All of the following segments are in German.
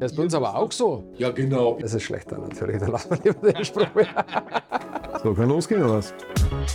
Das ist bei uns aber auch so. Ja, genau. Das ist schlechter natürlich, da lassen wir lieber den Spruch. So, kann losgehen oder was?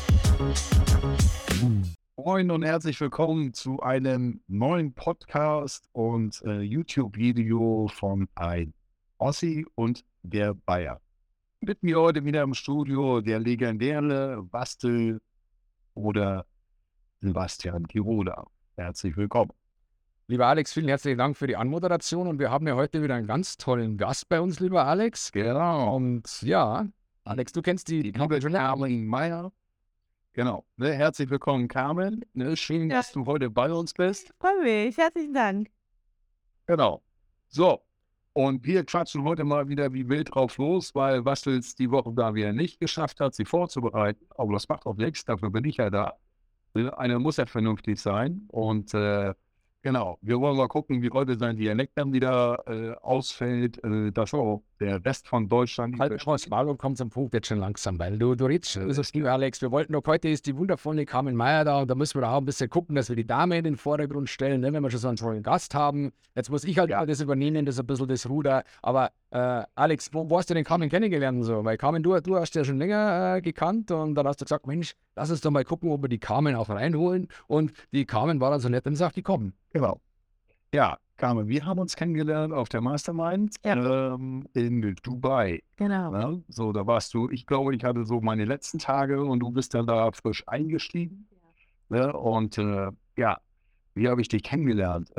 Moin und herzlich willkommen zu einem neuen Podcast und YouTube-Video von ein Ossi und der Bayer. Mit mir heute wieder im Studio der legendäre Bastel oder Sebastian Tiroler. Herzlich willkommen. Lieber Alex, vielen herzlichen Dank für die Anmoderation und wir haben ja heute wieder einen ganz tollen Gast bei uns, lieber Alex. Genau. Und ja, Alex, du kennst die Carmen Meyer. Genau. Ne, herzlich willkommen, Carmen. Ne, schön, dass du heute bei uns bist. Freue mich, herzlichen Dank. Genau. So, und wir quatschen heute mal wieder wie wild drauf los, weil Bastels die Woche da wieder nicht geschafft hat, sie vorzubereiten. Aber das macht auch nichts, dafür bin ich ja da. Einer muss ja vernünftig sein. Und genau, wir wollen mal gucken, wie heute sein Dialekt dann wieder ausfällt, dass auch der Rest von Deutschland... Halt mal das Maul und komm zum Punkt jetzt schon langsam, weil du redest schon so viel, Alex. Wir wollten doch, heute ist die wundervolle Carmen Meyer da und da müssen wir da auch ein bisschen gucken, dass wir die Dame in den Vordergrund stellen, ne, wenn wir schon so einen tollen Gast haben. Jetzt muss ich halt das übernehmen, das ist ein bisschen das Ruder. Aber Alex, wo hast du den Carmen kennengelernt? So? Weil Carmen, du hast ja schon länger gekannt und dann hast du gesagt, Mensch, lass uns doch mal gucken, ob wir die Carmen auch reinholen. Und die Carmen war dann so nett und sagt, die kommen. Genau. Ja, Carmen, wir haben uns kennengelernt auf der Mastermind in Dubai. Genau. Ja, so, da warst du, ich glaube, ich hatte so meine letzten Tage und du bist dann da frisch eingestiegen. Ja. Und ja, wie habe ich dich kennengelernt?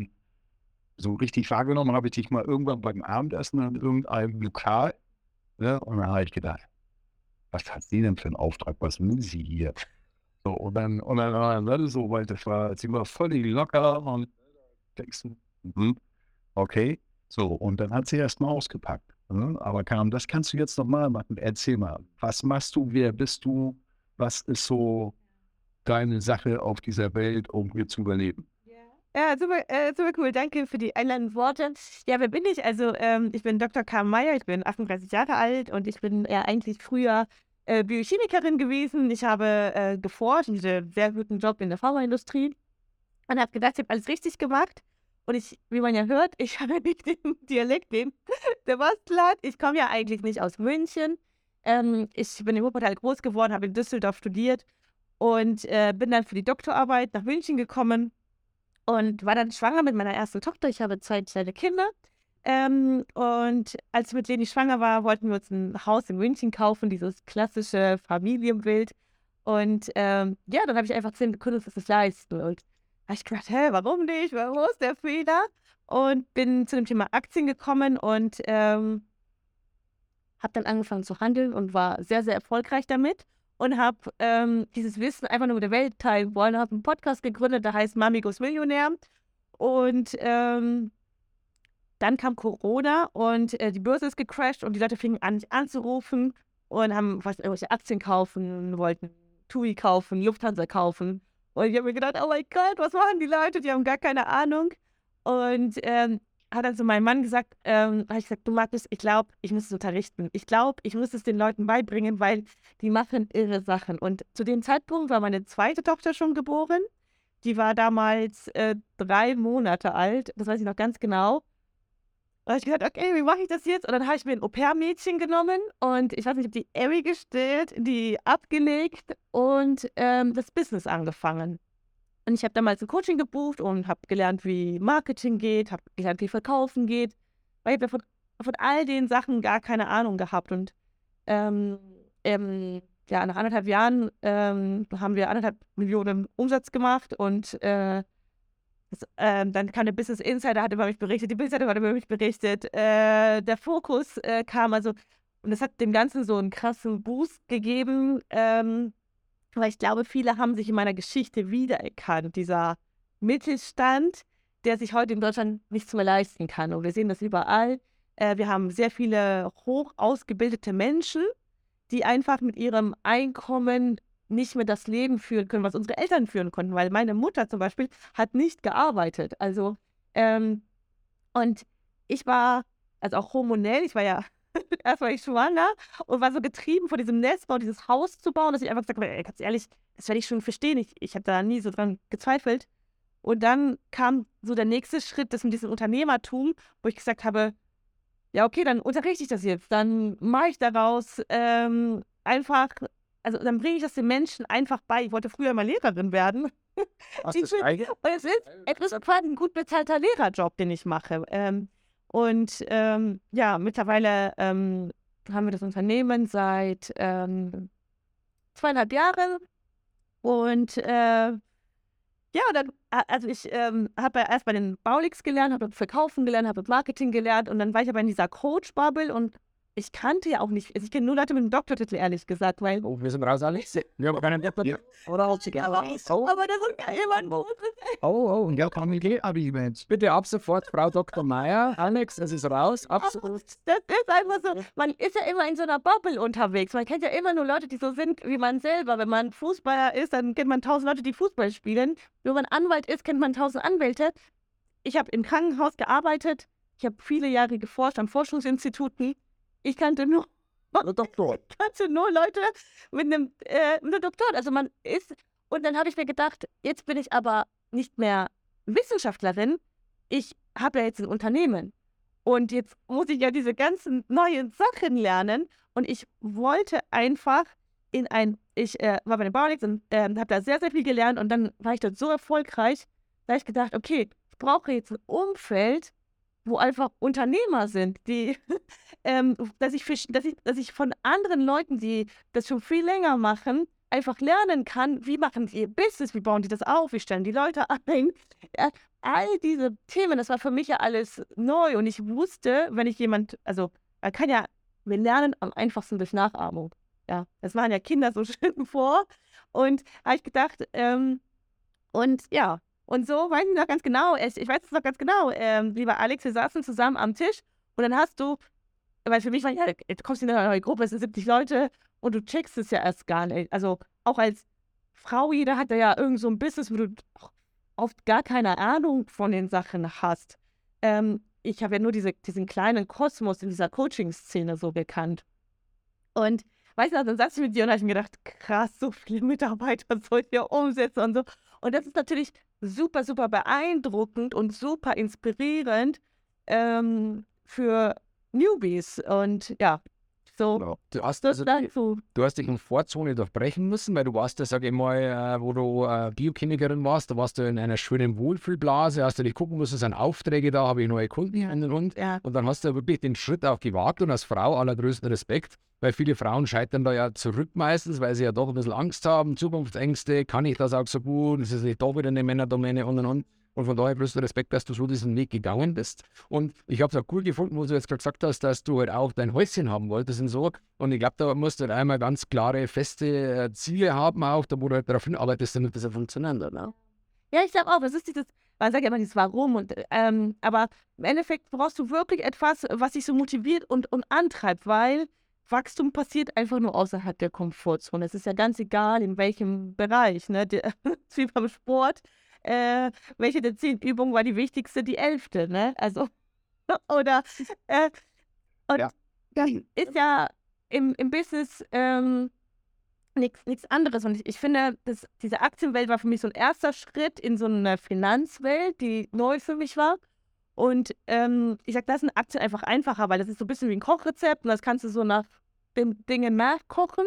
So richtig wahrgenommen habe ich dich mal irgendwann beim Abendessen in irgendeinem Lokal. Ja, und dann habe ich gedacht, was hat sie denn für einen Auftrag? Was will sie hier? So, und dann so, weil sie war völlig locker und denkst du, okay, so, und dann hat sie erst mal ausgepackt. Aber Carmen, das kannst du jetzt nochmal machen. Erzähl mal, was machst du, wer bist du, was ist so deine Sache auf dieser Welt, um hier zu überleben? Ja, super cool. Danke für die einleitenden Worte. Ja, wer bin ich? Also, ich bin Dr. Carmen Meyer, ich bin 38 Jahre alt und ich bin ja eigentlich früher Biochemikerin gewesen. Ich habe geforscht, einen sehr guten Job in der Pharmaindustrie und habe gedacht, ich habe alles richtig gemacht. Und ich, wie man ja hört, ich habe nicht den Dialekt, den der Bastel hat. Ich komme ja eigentlich nicht aus München. Ich bin in Wuppertal groß geworden, habe in Düsseldorf studiert und bin dann für die Doktorarbeit nach München gekommen und war dann schwanger mit meiner ersten Tochter. Ich habe 2 kleine Kinder. Und als ich mit Leni schwanger war, wollten wir uns ein Haus in München kaufen, dieses klassische Familienbild. Und ja, dann habe ich einfach gesehen, wir können uns das leisten. Und da habe ich gedacht, warum nicht? Wo ist der Fehler? Und bin zu dem Thema Aktien gekommen und habe dann angefangen zu handeln und war sehr, sehr erfolgreich damit. Und habe dieses Wissen einfach nur mit der Welt teilen wollen. Habe einen Podcast gegründet, der heißt Mami goes Millionär. Und dann kam Corona und die Börse ist gecrashed und die Leute fingen an, mich anzurufen und haben irgendwelche Aktien kaufen, wollten TUI kaufen, Lufthansa kaufen. Und ich habe mir gedacht, oh mein Gott, was machen die Leute? Die haben gar keine Ahnung. Und hat dann zu meinem Mann gesagt, habe ich gesagt, du Mathis, ich glaube, ich muss es unterrichten. Ich glaube, ich muss es den Leuten beibringen, weil die machen irre Sachen. Und zu dem Zeitpunkt war meine zweite Tochter schon geboren. Die war damals 3 Monate alt, das weiß ich noch ganz genau. Da habe ich gedacht, okay, wie mache ich das jetzt? Und dann habe ich mir ein Au-pair-Mädchen genommen und ich weiß nicht, ich habe die Emmy gestellt, die abgelegt und das Business angefangen. Und ich habe damals ein Coaching gebucht und habe gelernt, wie Marketing geht, habe gelernt, wie Verkaufen geht, weil ich habe von all den Sachen gar keine Ahnung gehabt. Und ja, nach 1,5 Jahren haben wir 1,5 Millionen Umsatz gemacht und dann kam der Business Insider, hat über mich berichtet, die Bildzeitung hat über mich berichtet, der Fokus kam, also, und das hat dem Ganzen so einen krassen Boost gegeben, weil ich glaube, viele haben sich in meiner Geschichte wiedererkannt, dieser Mittelstand, der sich heute in Deutschland nichts mehr leisten kann. Und wir sehen das überall. Wir haben sehr viele hoch ausgebildete Menschen, die einfach mit ihrem Einkommen nicht mehr das Leben führen können, was unsere Eltern führen konnten, weil meine Mutter zum Beispiel hat nicht gearbeitet. Also, und ich war, also auch hormonell, ich war ja erst war ich schwanger und war so getrieben von diesem Nestbau, dieses Haus zu bauen, dass ich einfach gesagt habe, ey, ganz ehrlich, das werde ich schon verstehen. Ich habe da nie so dran gezweifelt. Und dann kam so der nächste Schritt, das mit diesem Unternehmertum, wo ich gesagt habe, ja, okay, dann unterrichte ich das jetzt. Dann mache ich daraus einfach, also dann bringe ich das den Menschen einfach bei. Ich wollte früher mal Lehrerin werden. Hast Ich das bin, Geile? und es ist quasi ein gut bezahlter Lehrerjob, den ich mache. Ja, mittlerweile haben wir das Unternehmen seit 2,5 Jahren. Und ja, dann, also ich habe ja erst bei den Baulix gelernt, habe Verkaufen gelernt, habe Marketing gelernt und dann war ich aber in dieser Coach-Bubble und ich kannte ja auch nicht, also ich kenne nur Leute mit einem Doktortitel, ehrlich gesagt, weil. Oh, wir sind raus, Alex. Wir haben keinen Doktor. Ja. Oder Aber das ist ja immer Oh, Ja, kann ich gehen, aber ich Mensch. bitte ab sofort, Frau Dr. Meier. Alex, es ist raus. Ab sofort. Das ist einfach so, man ist ja immer in so einer Bubble unterwegs. Man kennt ja immer nur Leute, die so sind wie man selber. Wenn man Fußballer ist, dann kennt man 1000 Leute, die Fußball spielen. Wenn man Anwalt ist, kennt man 1000 Anwälte. Ich habe im Krankenhaus gearbeitet. Ich habe viele Jahre geforscht an Forschungsinstituten. Ich kannte nur Leute mit einem Doktorat. Also man ist, und dann habe ich mir gedacht, jetzt bin ich aber nicht mehr Wissenschaftlerin. Ich habe ja jetzt ein Unternehmen. Und jetzt muss ich ja diese ganzen neuen Sachen lernen. Und ich wollte einfach ich war bei den Baulix und habe da sehr, sehr viel gelernt. Und dann war ich dort so erfolgreich, da habe ich gedacht, okay, ich brauche jetzt ein Umfeld, wo einfach Unternehmer sind, die, dass ich von anderen Leuten, die das schon viel länger machen, einfach lernen kann, wie machen die ihr Business, wie bauen die das auf, wie stellen die Leute ein. All diese Themen, das war für mich ja alles neu und ich wusste, wenn ich also wir lernen am einfachsten durch Nachahmung. Ja, das machen ja Kinder so schön vor und habe ich gedacht, und ja, und so weiß ich noch ganz genau, ich weiß es noch ganz genau, lieber Alex, wir saßen zusammen am Tisch und dann hast du, weil für mich war ja, du kommst in eine neue Gruppe, es sind 70 Leute und du checkst es ja erst gar nicht. Also auch als Frau, jeder hat ja irgend so ein Business, wo du oft gar keine Ahnung von den Sachen hast. Ich habe ja nur diesen kleinen Kosmos in dieser Coaching-Szene so gekannt. Und weißt du, dann saß ich mit dir und habe ich mir gedacht, krass, so viele Mitarbeiter soll ich hier umsetzen und so. Und das ist natürlich super, super beeindruckend und super inspirierend für Newbies. Und ja, so, Genau. Du hast, das also, dazu. du hast die Komfortzone durchbrechen müssen, weil du warst ja, sag ich mal, wo du Biochemikerin warst, da warst du in einer schönen Wohlfühlblase, hast du dich gucken müssen, sind Aufträge da, habe ich neue Kunden und. Ja, Und dann hast du wirklich den Schritt auch gewagt und als Frau allergrößten Respekt, weil viele Frauen scheitern da ja zurück meistens, weil sie ja doch ein bisschen Angst haben, Zukunftsängste, kann ich das auch so gut, ist es nicht doch wieder eine Männerdomäne und. Und von daher größter Respekt, dass du so diesen Weg gegangen bist. Und ich habe es auch cool gefunden, wo du jetzt gerade gesagt hast, dass du halt auch dein Häuschen haben wolltest und so. Und ich glaube, da musst du halt einmal ganz klare, feste Ziele haben auch, da wo du halt darauf hinarbeitest, damit das ja funktioniert. Ne? ja, ich glaube auch, das ist man sagt ja immer dieses Warum, aber im Endeffekt brauchst du wirklich etwas, was dich so motiviert und antreibt, weil Wachstum passiert einfach nur außerhalb der Komfortzone. Es ist ja ganz egal, in welchem Bereich, ne? Wie beim Sport. Welche der 10 Übungen war die wichtigste? Die 11., ne? Also, oder, und Ja. das ist ja im Business nichts anderes. Und ich finde, diese Aktienwelt war für mich so ein erster Schritt in so eine Finanzwelt, die neu für mich war. Und ich sage, das sind Aktien einfach einfacher, weil das ist so ein bisschen wie ein Kochrezept und das kannst du so nach den Dingen nachkochen.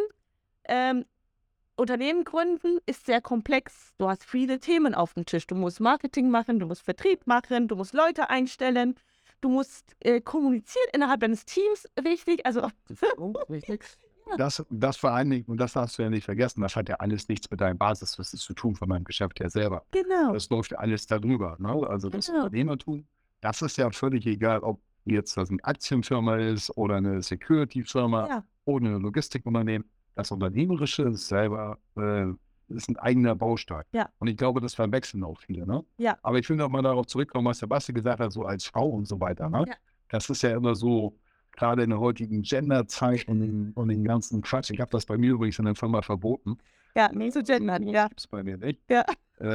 Unternehmen gründen ist sehr komplex. Du hast viele Themen auf dem Tisch. Du musst Marketing machen, du musst Vertrieb machen, du musst Leute einstellen, du musst kommunizieren innerhalb deines Teams richtig. Also Richtig. Das vor allen Dingen, und das darfst du ja nicht vergessen, das hat ja alles nichts mit deinem Basiswissen zu tun von meinem Geschäft her selber. genau. Das läuft ja alles darüber. Ne? Also das Genau. Unternehmertum, das ist ja völlig egal, ob jetzt das eine Aktienfirma ist oder eine Security-Firma Ja. oder eine Logistikunternehmen. Das Unternehmerische ist selber ist ein eigener Baustein. Ja. Und ich glaube, das verwechseln auch viele. Ne? Ja. Aber ich will noch mal darauf zurückkommen, was der Basti gesagt hat, so als Frau und so weiter. Ne? Ja. Das ist ja immer so, gerade in der heutigen Genderzeit und den ganzen Quatsch. Ich habe das bei mir übrigens in der Firma verboten. Ja, nicht zu gendern, ja. Gibt's bei mir nicht. Ja.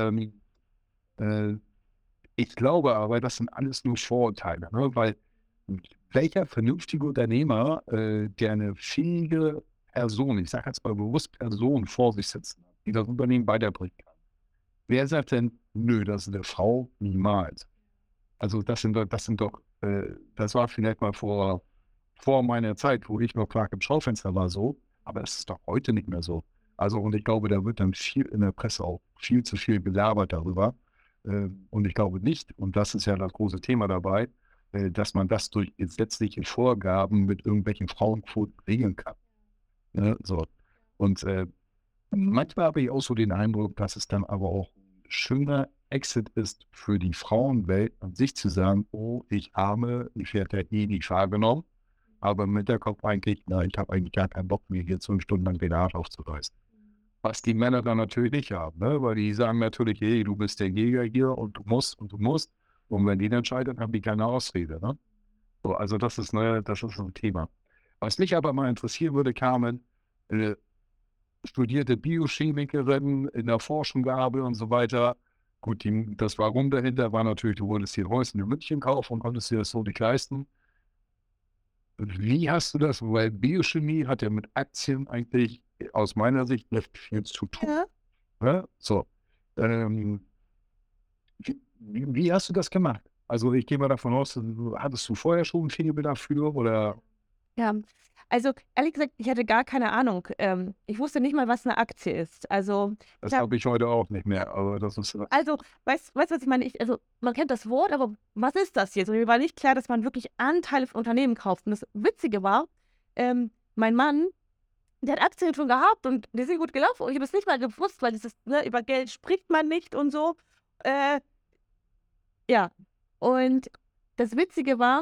Ich glaube aber, das sind alles nur Vorurteile, ne? Weil welcher vernünftige Unternehmer, der eine fähige Person, ich sage jetzt mal bewusst Person vor sich sitzen hat, die das Unternehmen weiterbringen kann, wer sagt denn, Nö, das ist eine Frau niemals. Also das war vielleicht mal vor meiner Zeit, wo ich noch Clark im Schaufenster war, so, aber es ist doch heute nicht mehr so. Also und ich glaube, da wird dann viel in der Presse auch viel zu viel gelabert darüber. Und ich glaube nicht, und das ist ja das große Thema dabei, dass man das durch gesetzliche Vorgaben mit irgendwelchen Frauenquoten regeln kann. Ne? So. Und manchmal habe ich auch so den Eindruck, dass es dann aber auch ein schöner Exit ist für die Frauenwelt, an sich zu sagen, oh, ich werde ja eh nicht wahrgenommen, aber mit der Kopf eigentlich, ich habe eigentlich gar keinen Bock, mir hier 5 Stunden lang den Arsch aufzureißen. Was die Männer dann natürlich nicht haben, ne? Weil die sagen natürlich, hey, du bist der Jäger hier und du musst und du musst. Und wenn die dann scheitern, haben die keine Ausrede. Ne? So, also das ist so ein Thema. Was mich aber mal interessieren würde, Carmen, studierte Biochemikerin, in der Forschung gearbeitet und so weiter. Gut, das Warum dahinter war natürlich, du wolltest hier Häuschen in München kaufen und konntest dir das so nicht leisten. Wie hast du das? Weil Biochemie hat ja mit Aktien eigentlich aus meiner Sicht nicht viel zu tun. Ja. Ne? So. Wie hast du das gemacht? Also ich gehe mal davon aus, hattest du vorher schon ein Faible dafür oder? Ja, also ehrlich gesagt, ich hatte gar keine Ahnung. Ich wusste nicht mal, was eine Aktie ist. Also, Das ich hab, habe ich heute auch nicht mehr, aber das ist also weißt du, was ich meine? Also, man kennt das Wort, aber was ist das jetzt? Und mir war nicht klar, dass man wirklich Anteile von Unternehmen kauft. Und das Witzige war, mein Mann, der hat Aktien schon gehabt und die sind gut gelaufen. Und ich habe es nicht mal gewusst, weil über Geld spricht man nicht und so. Ja, und das Witzige war,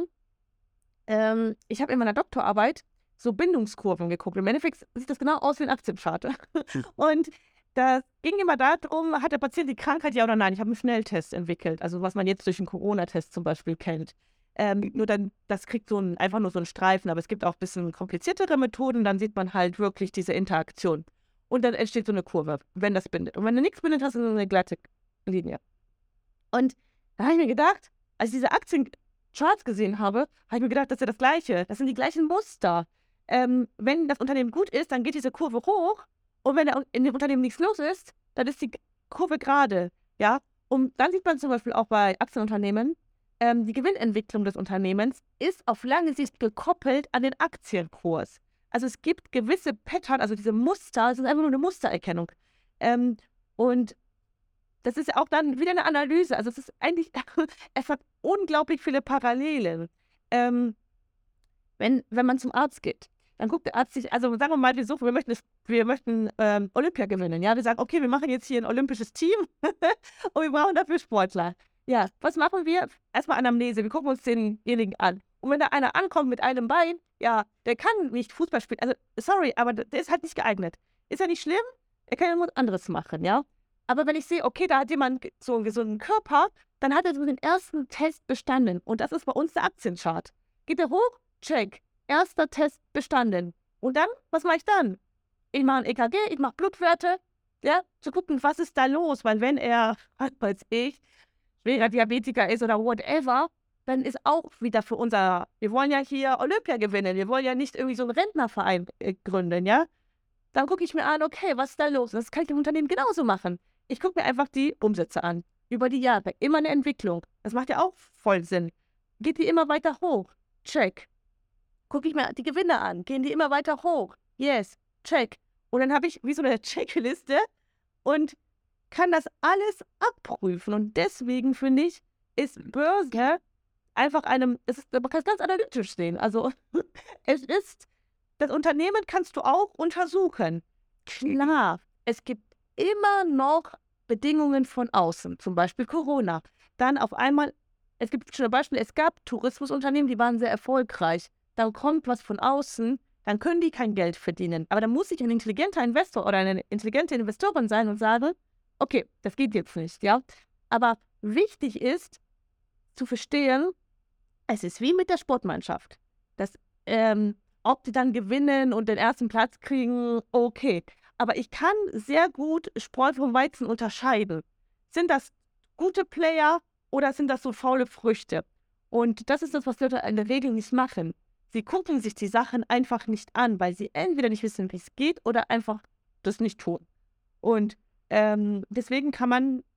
ich habe in meiner Doktorarbeit so Bindungskurven geguckt. Im Endeffekt sieht das genau aus wie ein Aktienchart. Und das ging immer darum, hat der Patient die Krankheit, ja oder nein? Ich habe einen Schnelltest entwickelt, also was man jetzt durch einen Corona-Test zum Beispiel kennt. Nur dann, das kriegt einfach nur so einen Streifen, aber es gibt auch ein bisschen kompliziertere Methoden, dann sieht man halt wirklich diese Interaktion. Und dann entsteht so eine Kurve, wenn das bindet. Und wenn du nichts bindet, hast du so eine glatte Linie. Und da habe ich mir gedacht, als ich diese Aktiencharts gesehen habe, habe ich mir gedacht, das ist ja das Gleiche. Das sind die gleichen Muster. Wenn das Unternehmen gut ist, dann geht diese Kurve hoch. Und wenn in dem Unternehmen nichts los ist, dann ist die Kurve gerade. Ja? Und dann sieht man zum Beispiel auch bei Aktienunternehmen, die Gewinnentwicklung des Unternehmens ist auf lange Sicht gekoppelt an den Aktienkurs. Also es gibt gewisse Pattern, also diese Muster, es ist einfach nur eine Mustererkennung. Und das ist ja auch dann wieder eine Analyse. Also es ist eigentlich, es hat unglaublich viele Parallelen. Wenn man zum Arzt geht, dann guckt der Arzt sich, also sagen wir mal, wir möchten Olympia gewinnen. Ja, wir sagen, okay, wir machen jetzt hier ein olympisches Team und wir brauchen dafür Sportler. Ja, was machen wir? Erstmal Anamnese, wir gucken uns denjenigen an. Und wenn da einer ankommt mit einem Bein, ja, der kann nicht Fußball spielen. Also, sorry, aber der ist halt nicht geeignet. Ist ja nicht schlimm, er kann ja was anderes machen, ja. Aber wenn ich sehe, okay, da hat jemand so einen gesunden Körper, dann hat er so den ersten Test bestanden. Und das ist bei uns der Aktienchart. Geht er hoch? Check. Erster Test bestanden. Und dann, was mache ich dann? Ich mache ein EKG, ich mache Blutwerte, ja, zu gucken, was ist da los. Weil wenn er, was weiß ich, schwerer Diabetiker ist oder whatever, dann ist auch wieder für wir wollen ja hier Olympia gewinnen, wir wollen ja nicht irgendwie so einen Rentnerverein gründen, ja. Dann gucke ich mir an, okay, was ist da los? Das kann ich im Unternehmen genauso machen. Ich gucke mir einfach die Umsätze an. Über die Jahre. Immer eine Entwicklung. Das macht ja auch voll Sinn. Geht die immer weiter hoch? Check. Gucke ich mir die Gewinne an. Gehen die immer weiter hoch? Yes. Check. Und dann habe ich wie so eine Checkliste und kann das alles abprüfen. Und deswegen finde ich, ist Börse einfach man kann es ganz analytisch sehen. Also das Unternehmen kannst du auch untersuchen. Klar, es gibt immer noch Bedingungen von außen, zum Beispiel Corona. Dann auf einmal, es gibt schon ein Beispiel, es gab Tourismusunternehmen, die waren sehr erfolgreich. Dann kommt was von außen, dann können die kein Geld verdienen. Aber dann muss ich ein intelligenter Investor oder eine intelligente Investorin sein und sagen, okay, das geht jetzt nicht, ja. Aber wichtig ist zu verstehen, es ist wie mit der Sportmannschaft. Ob die dann gewinnen und den ersten Platz kriegen, okay. Aber ich kann sehr gut Spreu vom Weizen unterscheiden. Sind das gute Player oder sind das so faule Früchte? Und das ist das, was Leute in der Regel nicht machen. Sie gucken sich die Sachen einfach nicht an, weil sie entweder nicht wissen, wie es geht, oder einfach das nicht tun. Und deswegen kann man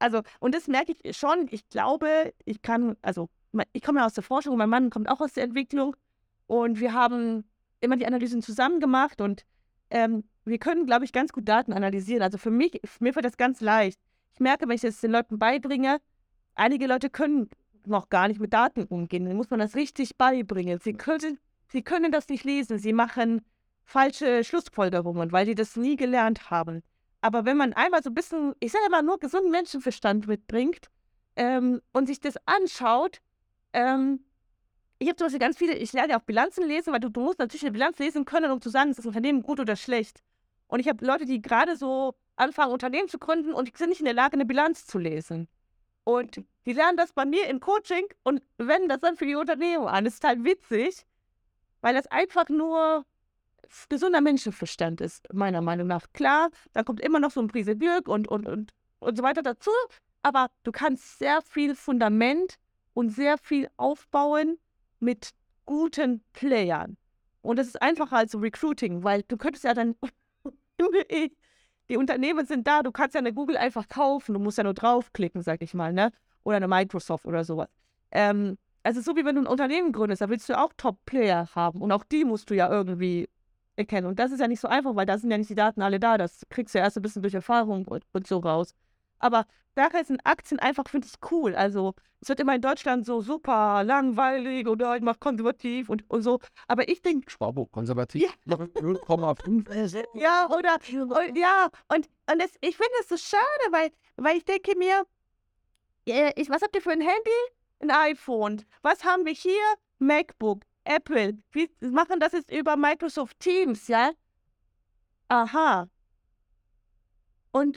Also, und das merke ich schon. Ich glaube, ich komme ja aus der Forschung, mein Mann kommt auch aus der Entwicklung und wir haben immer die Analysen zusammen gemacht und wir können, glaube ich, ganz gut Daten analysieren. Also mir fällt das ganz leicht. Ich merke, wenn ich das den Leuten beibringe, einige Leute können noch gar nicht mit Daten umgehen. Dann muss man das richtig beibringen. Sie können das nicht lesen. Sie machen falsche Schlussfolgerungen, weil sie das nie gelernt haben. Aber wenn man einmal so ein bisschen, ich sage immer, nur gesunden Menschenverstand mitbringt und sich das anschaut, ich habe zum Beispiel ganz viele, ich lerne ja auch Bilanzen lesen, weil du musst natürlich eine Bilanz lesen können, um zu sagen, ist das Unternehmen gut oder schlecht. Und ich habe Leute, die gerade so anfangen, Unternehmen zu gründen und die sind nicht in der Lage, eine Bilanz zu lesen. Und die lernen das bei mir im Coaching und wenden das dann für die Unternehmen an. Das ist halt witzig, weil das einfach nur gesunder Menschenverstand ist, meiner Meinung nach. Klar, da kommt immer noch so ein Prise Glück und so weiter dazu, aber du kannst sehr viel Fundament und sehr viel aufbauen mit guten Playern. Und das ist einfacher als Recruiting, weil du könntest ja dann, die Unternehmen sind da, du kannst ja eine Google einfach kaufen, du musst ja nur draufklicken, sag ich mal, ne? Oder eine Microsoft oder sowas. Also so wie wenn du ein Unternehmen gründest, da willst du auch Top-Player haben und auch die musst du ja irgendwie erkennen. Und das ist ja nicht so einfach, weil da sind ja nicht die Daten alle da, das kriegst du ja erst ein bisschen durch Erfahrung und so raus. Aber daher sind Aktien einfach, finde ich, cool. Also es wird immer in Deutschland so super langweilig oder ich mach konservativ und so. Aber ich denke, Sparbuch, konservativ. Ja. 0,5. ja, und ich finde es so schade, weil ich denke mir, was habt ihr für ein Handy? Ein iPhone. Was haben wir hier? MacBook, Apple. Wir machen das jetzt über Microsoft Teams, ja? Aha. Und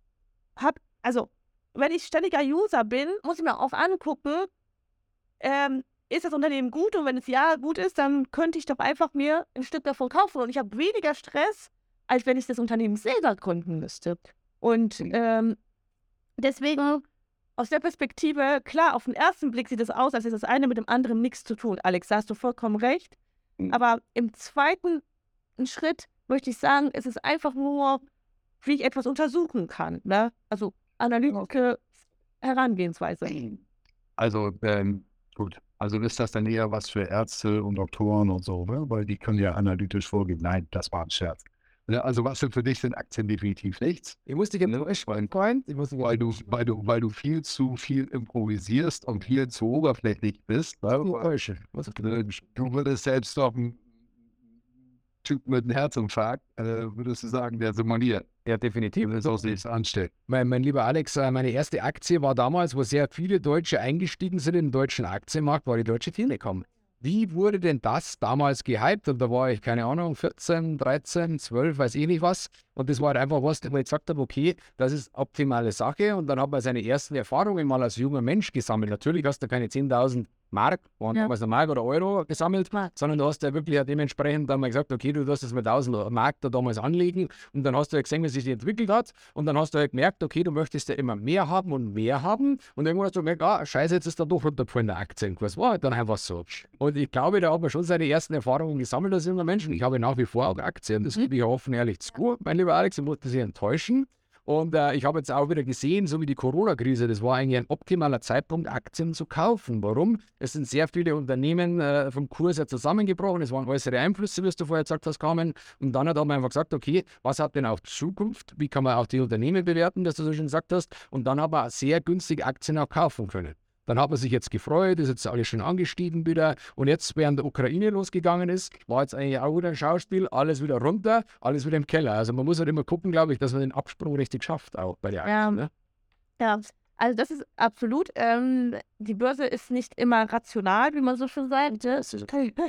wenn ich ständiger User bin, muss ich mir auch angucken, ist das Unternehmen gut? Und wenn es ja gut ist, dann könnte ich doch einfach mir ein Stück davon kaufen. Und ich habe weniger Stress, als wenn ich das Unternehmen selber gründen müsste. Und deswegen, aus der Perspektive, klar, auf den ersten Blick sieht es aus, als hätte das eine mit dem anderen nichts zu tun. Alex, da hast du vollkommen recht. Aber im zweiten Schritt möchte ich sagen, es ist einfach nur, wie ich etwas untersuchen kann. Ne? Also analytische Herangehensweise. Also, gut. Also ist das dann eher was für Ärzte und Doktoren und so, ne? Weil die können ja analytisch vorgehen. Nein, das war ein Scherz. Ja, also was für dich sind Aktien definitiv nichts. Ich muss dich enttäuschen, Weil du viel zu viel improvisierst und viel zu oberflächlich bist. Ne? Du würdest selbst doch einen Typ mit einem Herzinfarkt, würdest du sagen, der simuliert. Ja, definitiv. Das auch nichts anstellt. Mein lieber Alex, meine erste Aktie war damals, wo sehr viele Deutsche eingestiegen sind in den deutschen Aktienmarkt, war die Deutsche Telekom. Wie wurde denn das damals gehypt? Und da war ich, keine Ahnung, 14, 13, 12, weiß ich nicht was. Und das war halt einfach was, wo ich gesagt habe, okay, das ist optimale Sache. Und dann hat man seine ersten Erfahrungen mal als junger Mensch gesammelt. Natürlich hast du keine 10.000 Mark, waren damals eine Mark oder Euro gesammelt, sondern du hast ja wirklich dementsprechend dann mal gesagt, okay, du darfst jetzt mal 1.000 Mark da damals anlegen und dann hast du ja gesehen, wie sich das entwickelt hat und dann hast du halt gemerkt, okay, du möchtest ja immer mehr haben und irgendwann hast du gemerkt, scheiße, jetzt ist da doch runtergefallen der Aktienkurs, war halt dann einfach so. Und ich glaube, da hat man schon seine ersten Erfahrungen gesammelt als junger Mensch. Ich habe nach wie vor auch Aktien, das gebe ich offen ehrlich zu, mein lieber Alex, ich musste Sie enttäuschen. Und ich habe jetzt auch wieder gesehen, so wie die Corona-Krise, das war eigentlich ein optimaler Zeitpunkt, Aktien zu kaufen. Warum? Es sind sehr viele Unternehmen vom Kurs her zusammengebrochen. Es waren äußere Einflüsse, wie du vorher gesagt hast, kamen. Und dann hat man einfach gesagt, okay, was hat denn auch Zukunft? Wie kann man auch die Unternehmen bewerten, das du so schon gesagt hast? Und dann hat man sehr günstig Aktien auch kaufen können. Dann hat man sich jetzt gefreut, ist jetzt alles schon angestiegen wieder. Und jetzt, während der Ukraine losgegangen ist, war jetzt eigentlich auch wieder ein Schauspiel, alles wieder runter, alles wieder im Keller. Also man muss halt immer gucken, glaube ich, dass man den Absprung richtig schafft, auch bei der Aktie. Ne? Ja, also das ist absolut. Die Börse ist nicht immer rational, wie man so schon sagt. Da ist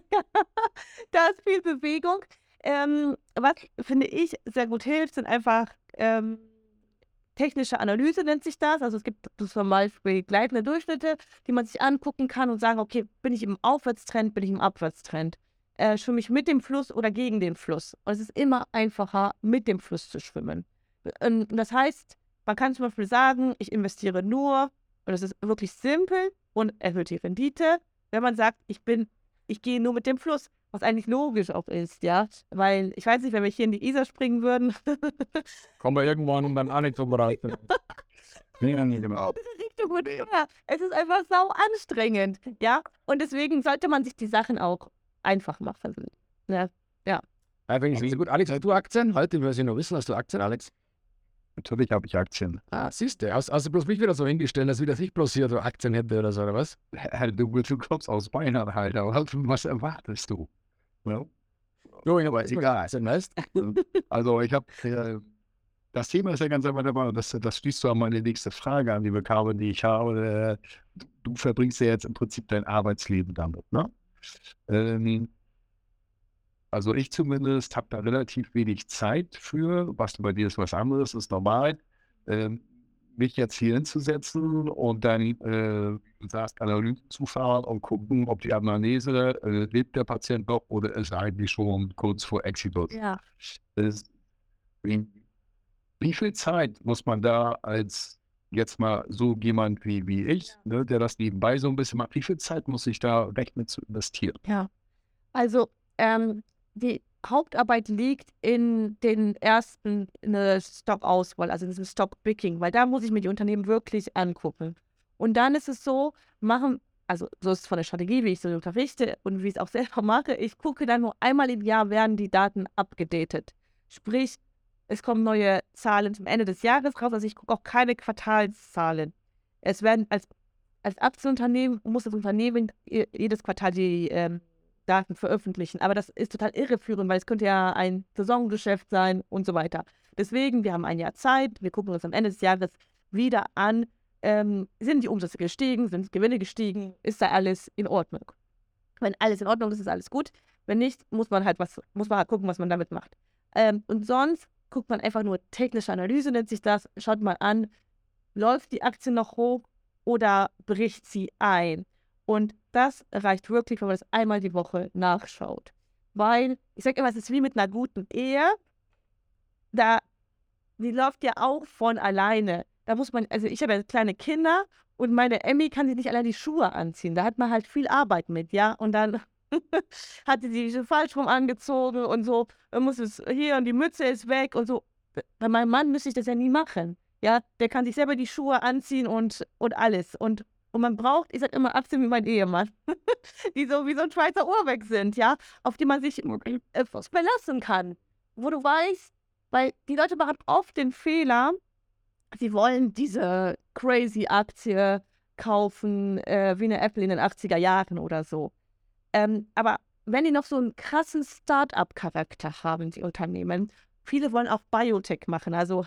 viel Bewegung. Was, finde ich, sehr gut hilft, sind einfach technische Analyse nennt sich das. Also es gibt zum Beispiel gleitende Durchschnitte, die man sich angucken kann und sagen, okay, bin ich im Aufwärtstrend, bin ich im Abwärtstrend? Schwimme ich mit dem Fluss oder gegen den Fluss? Und es ist immer einfacher, mit dem Fluss zu schwimmen. Das heißt, man kann zum Beispiel sagen, ich investiere nur, und das ist wirklich simpel und erhöht die Rendite, wenn man sagt, ich gehe nur mit dem Fluss. Was eigentlich logisch auch ist, ja. Weil, ich weiß nicht, wenn wir hier in die Isar springen würden. Kommen wir irgendwann und dann auch nicht so bereit. Ja, nee, genau. Richtung und her. Es ist einfach sau anstrengend, ja. Und deswegen sollte man sich die Sachen auch einfach machen. Ja, ja. Ja, finde ich so gut. Alex, hast du Aktien? Heute will ich noch wissen, hast du Aktien, Alex? Natürlich habe ich Aktien. Ah, siehst du, hast du bloß mich wieder so hingestellt, dass ich bloß hier so Aktien hätte oder so, oder was? Du kommst aus Bayern halt, aber was erwartest du? Ja? Jo, ja, Aber ist egal. Aktien, weißt? Also ich habe, das Thema ist ja ganz einfach dabei, und das schließt so an meine nächste Frage an, liebe Carmen, die ich habe. Du verbringst ja jetzt im Prinzip dein Arbeitsleben damit, ne? Ähm, Also ich zumindest habe da relativ wenig Zeit für, was bei dir ist was anderes, ist normal, ähm, mich jetzt hier hinzusetzen und dann, wie du sagst, Analysen zu fahren und gucken, ob die Anamnese, lebt der Patient noch oder ist er eigentlich schon kurz vor Exitus. Ja. Ist, wie viel Zeit muss man da als jetzt mal so jemand wie ich, ne, der das nebenbei so ein bisschen macht, wie viel Zeit muss ich da rechnen zu investieren? Ja. Also, die Hauptarbeit liegt in den ersten Stock-Auswahl, also in diesem Stock-Picking, weil da muss ich mir die Unternehmen wirklich angucken. Und dann ist es so, also so ist es von der Strategie, wie ich so unterrichte und wie ich es auch selber mache, ich gucke dann nur einmal im Jahr, werden die Daten abgedatet. Sprich, es kommen neue Zahlen zum Ende des Jahres raus, also ich gucke auch keine Quartalszahlen. Es werden als Aktienunternehmen muss das Unternehmen jedes Quartal die Daten veröffentlichen. Aber das ist total irreführend, weil es könnte ja ein Saisongeschäft sein und so weiter. Deswegen, wir haben ein Jahr Zeit, wir gucken uns am Ende des Jahres wieder an, sind die Umsätze gestiegen, sind Gewinne gestiegen, ist da alles in Ordnung. Wenn alles in Ordnung ist, ist alles gut. Wenn nicht, muss man halt gucken, was man damit macht. Und sonst guckt man einfach nur technische Analyse, nennt sich das, schaut mal an, läuft die Aktie noch hoch oder bricht sie ein? Und das reicht wirklich, wenn man das einmal die Woche nachschaut. Weil, ich sage immer, es ist wie mit einer guten Ehe. Die läuft ja auch von alleine. Da muss man, also ich habe ja kleine Kinder und meine Emmy kann sich nicht allein die Schuhe anziehen. Da hat man halt viel Arbeit mit, ja. Und dann hat sie sich falsch rum angezogen und so, dann muss es hier und die Mütze ist weg und so. Bei meinem Mann müsste ich das ja nie machen. Ja, der kann sich selber die Schuhe anziehen und alles. Und man braucht, ich sage immer, Aktien wie mein Ehemann, die so wie so ein Schweizer Uhrwerk sind, ja, auf die man sich verlassen kann. Wo du weißt, weil die Leute machen oft den Fehler, sie wollen diese crazy Aktie kaufen, wie eine Apple in den 80er Jahren oder so. Aber wenn die noch so einen krassen Start-up-Charakter haben, die Unternehmen, viele wollen auch Biotech machen, also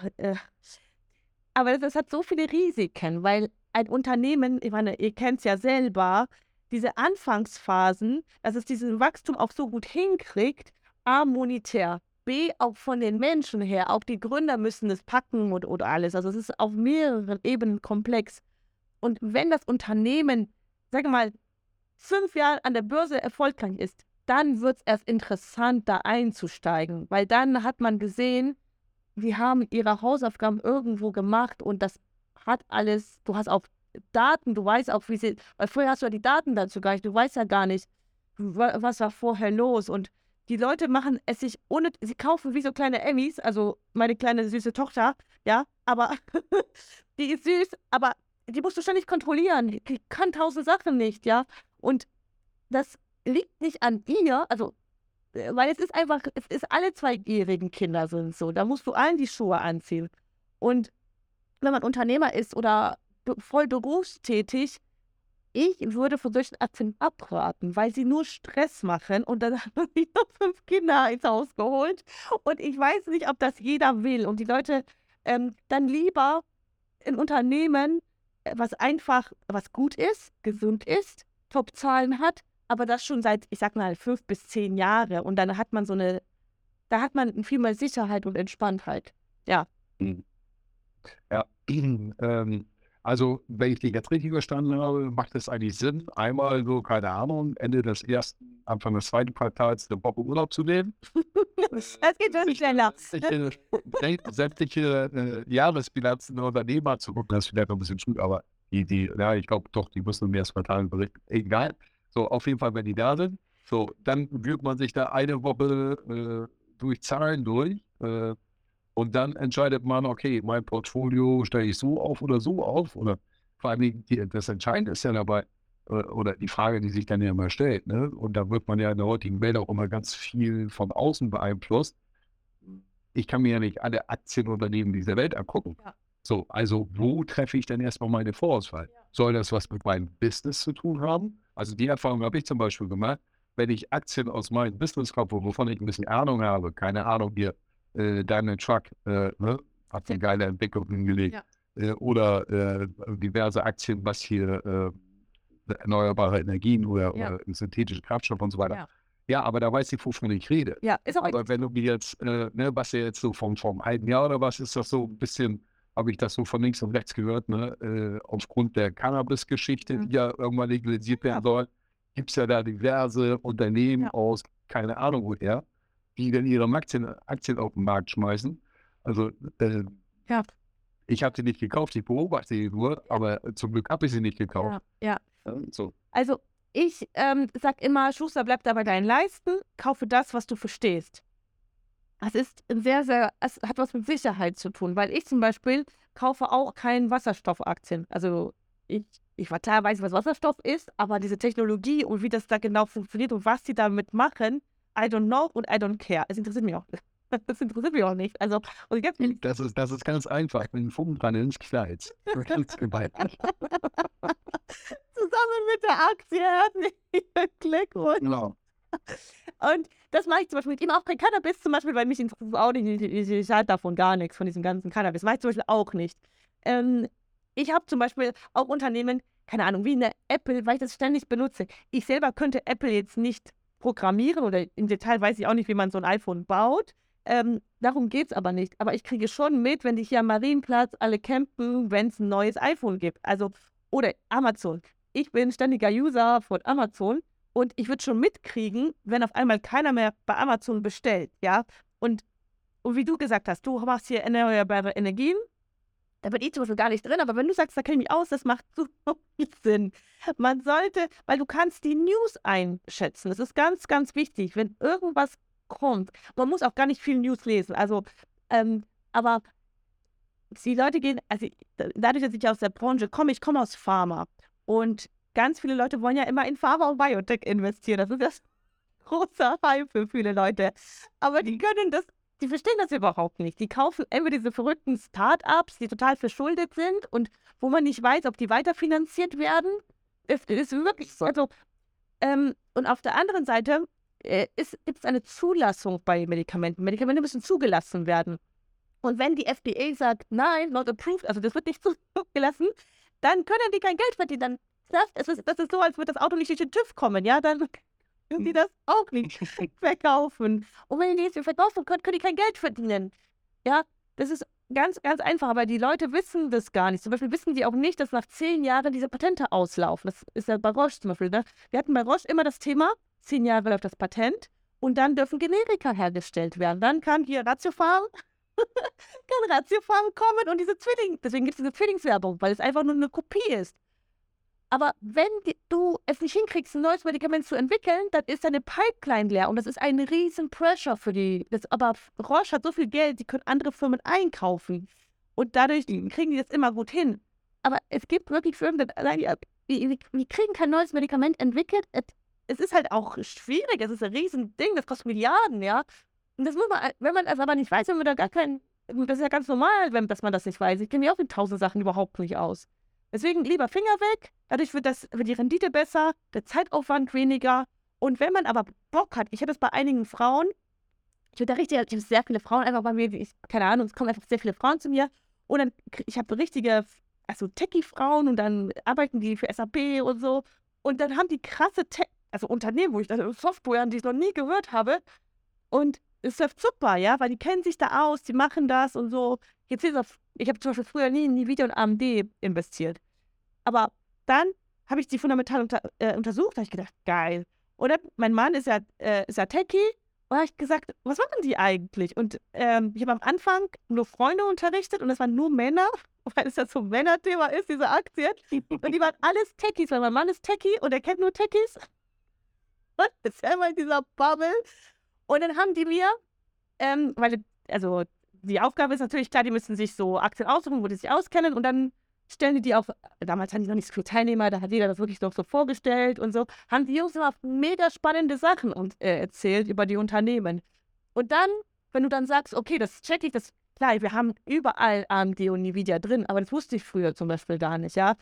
aber das hat so viele Risiken, weil ein Unternehmen, ich meine, ihr kennt es ja selber, diese Anfangsphasen, dass es diesen Wachstum auch so gut hinkriegt, A, monetär, B, auch von den Menschen her, auch die Gründer müssen es packen oder alles. Also es ist auf mehreren Ebenen komplex. Und wenn das Unternehmen, sag mal, 5 Jahre an der Börse erfolgreich ist, dann wird es erst interessant, da einzusteigen, weil dann hat man gesehen, die haben ihre Hausaufgaben irgendwo gemacht und das hat alles, du hast auch Daten, du weißt auch, weil vorher hast du ja die Daten dazu gar nicht, du weißt ja gar nicht, was war vorher los und die Leute machen es sich sie kaufen wie so kleine Emmys, also meine kleine süße Tochter, ja, aber die ist süß, aber die musst du ständig kontrollieren, die kann 1000 Sachen nicht, ja, und das liegt nicht an ihr, also weil es ist alle zweijährigen Kinder sind so, da musst du allen die Schuhe anziehen. Und wenn man Unternehmer ist oder voll berufstätig, ich würde von solchen Aktien abraten, weil sie nur Stress machen und dann hat man sich noch 5 Kinder ins Haus geholt und ich weiß nicht, ob das jeder will. Und die Leute dann lieber ein Unternehmen, was gut ist, gesund ist, Top-Zahlen hat, aber das schon seit, ich sag mal, 5 bis 10 Jahre. Und dann hat man da hat man viel mehr Sicherheit und Entspanntheit. Ja. Ja, also wenn ich dich jetzt richtig verstanden habe, macht es eigentlich Sinn, einmal so, keine Ahnung, Ende des ersten, Anfang des zweiten Quartals eine Woche Urlaub zu nehmen. Das geht schon schneller. Sämtliche Jahresbilanzen der Unternehmer zu gucken, das ist vielleicht noch ein bisschen schwierig, aber ja, ich glaube doch, die müssen im ersten Quartal berichten. Egal. So, auf jeden Fall, wenn die da sind. So, dann wühlt man sich da eine Woche durch Zahlen durch. Und dann entscheidet man, okay, mein Portfolio stelle ich so auf oder so auf. Oder vor allem das Entscheidende ist ja dabei, oder die Frage, die sich dann ja immer stellt, ne? Und da wird man ja in der heutigen Welt auch immer ganz viel von außen beeinflusst. Ich kann mir ja nicht alle Aktienunternehmen dieser Welt angucken. Ja. So, also wo treffe ich denn erstmal meine Vorauswahl? Ja. Soll das was mit meinem Business zu tun haben? Also die Erfahrung habe ich zum Beispiel gemacht, wenn ich Aktien aus meinem Business kaufe, wovon ich ein bisschen Ahnung habe, keine Ahnung hier, Daimler Truck, ne, hat eine geile Entwicklung hingelegt. Ja. Oder diverse Aktien, was hier erneuerbare Energien oder synthetische Kraftstoffe und so weiter. Ja. Ja, aber da weiß ich, wovon ich rede. Ja, ist auch Aber wenn du mir jetzt, ne, was ja jetzt so vom halben Jahr oder was, ist das so ein bisschen, habe ich das so von links und rechts gehört, ne, aufgrund der Cannabis-Geschichte, die ja irgendwann legalisiert werden soll, gibt es ja da diverse Unternehmen aus, keine Ahnung woher, die dann ihre Aktien auf den Markt schmeißen. Also, Ja. ich habe sie nicht gekauft, ich beobachte sie nur, aber zum Glück habe ich sie nicht gekauft. Ja. So. Also ich sag immer, Schuster, bleib da bei deinen Leisten, kaufe das, was du verstehst. Das ist es hat was mit Sicherheit zu tun, weil ich zum Beispiel kaufe auch keine Wasserstoffaktien. Also ich klar weiß, was Wasserstoff ist, aber diese Technologie und wie das da genau funktioniert und was die damit machen, I don't know und I don't care. Es interessiert mich auch nicht. Das interessiert mich auch nicht. Also, und ganz ehrlich, Das ist ganz einfach. Wenn ein Funken dran ist, knallt. zusammen mit der Aktie, herzlichen Glückwunsch. Genau. Und das mache ich zum Beispiel eben auch kein Cannabis, zum Beispiel, weil mich interessiert auch nicht, ich halte davon gar nichts, von diesem ganzen Cannabis. Mache ich zum Beispiel auch nicht. Ich habe zum Beispiel auch Unternehmen, keine Ahnung, wie eine Apple, weil ich das ständig benutze. Ich selber könnte Apple jetzt nicht programmieren oder im Detail weiß ich auch nicht, wie man so ein iPhone baut. Darum geht es aber nicht. Aber ich kriege schon mit, wenn die hier am Marienplatz alle campen, wenn es ein neues iPhone gibt. Also, oder Amazon. Ich bin ständiger User von Amazon und ich würde schon mitkriegen, wenn auf einmal keiner mehr bei Amazon bestellt, ja. Und wie du gesagt hast, du machst hier erneuerbare Energien, da bin ich zum Beispiel gar nicht drin, aber wenn du sagst, da kenne ich mich aus, das macht so viel Sinn. Man sollte, weil du kannst die News einschätzen. Das ist ganz, ganz wichtig, wenn irgendwas kommt. Man muss auch gar nicht viel News lesen. Also, aber die Leute gehen, also dadurch, dass ich aus der Branche komme, ich komme aus Pharma und ganz viele Leute wollen ja immer in Pharma und Biotech investieren. Das ist das große Hype für viele Leute. Aber die verstehen das überhaupt nicht. Die kaufen entweder diese verrückten Start-ups, die total verschuldet sind und wo man nicht weiß, ob die weiterfinanziert werden. Es ist wirklich so. Also, und auf der anderen Seite gibt es eine Zulassung bei Medikamenten. Medikamente müssen zugelassen werden. Und wenn die FDA sagt, nein, not approved, also das wird nicht zugelassen, dann können die kein Geld verdienen. Das ist so, als würde das Auto nicht durch den TÜV kommen, ja, dann können die das auch nicht verkaufen. Und wenn die es verkaufen können, können die kein Geld verdienen. Ja, das ist ganz, ganz einfach, aber die Leute wissen das gar nicht. Zum Beispiel wissen die auch nicht, dass nach 10 Jahren diese Patente auslaufen. Das ist ja bei Roche zum Beispiel, ne? Wir hatten bei Roche immer das Thema, 10 Jahre läuft das Patent und dann dürfen Generika hergestellt werden. Dann kann hier Ratiofarm kommen und deswegen gibt es diese Zwillingswerbung, weil es einfach nur eine Kopie ist. Aber wenn du es nicht hinkriegst, ein neues Medikament zu entwickeln, dann ist deine Pipeline leer und das ist ein riesen Pressure für die. Aber Roche hat so viel Geld, die können andere Firmen einkaufen und dadurch kriegen die das immer gut hin. Aber es gibt wirklich Firmen, die sagen, wir kriegen kein neues Medikament entwickelt. Es ist halt auch schwierig, es ist ein riesen Ding, das kostet Milliarden, ja. Und das muss man, wenn man das aber nicht weiß, wenn man da gar kein, das ist ja ganz normal, dass man das nicht weiß. Ich kenne mich auch mit 1000 Sachen überhaupt nicht aus. Deswegen lieber Finger weg, dadurch wird die Rendite besser, der Zeitaufwand weniger. Und wenn man aber Bock hat, ich habe es bei einigen Frauen, ich habe sehr viele Frauen einfach bei mir, keine Ahnung, es kommen einfach sehr viele Frauen zu mir. Und dann, ich habe richtige, also Techie-Frauen und dann arbeiten die für SAP und so. Und dann haben die krasse Unternehmen, wo ich dann Software, die ich noch nie gehört habe. Und es läuft super, ja, weil die kennen sich da aus, die machen das und so. Ich habe zum Beispiel früher nie in Nvidia und AMD investiert. Aber dann habe ich die fundamental untersucht, da habe ich gedacht, geil. Oder mein Mann ist ja Techie und habe ich gesagt, was machen die eigentlich? Und ich habe am Anfang nur Freunde unterrichtet und das waren nur Männer, weil es ja so ein Männerthema ist, diese Aktien. Und die waren alles Techies, weil mein Mann ist Techie und er kennt nur Techies. Und ist ja immer in dieser Bubble. Und dann haben die mir, die Aufgabe ist natürlich klar, die müssen sich so Aktien aussuchen, wo die sich auskennen und dann stellen die auf, damals hatten die noch nicht so viele Teilnehmer, da hat jeder das wirklich noch so vorgestellt und so, haben die Jungs immer mega spannende Sachen erzählt über die Unternehmen. Und dann, wenn du dann sagst, okay, das check ich, das, klar, wir haben überall AMD und Nvidia drin, aber das wusste ich früher zum Beispiel gar nicht, ja.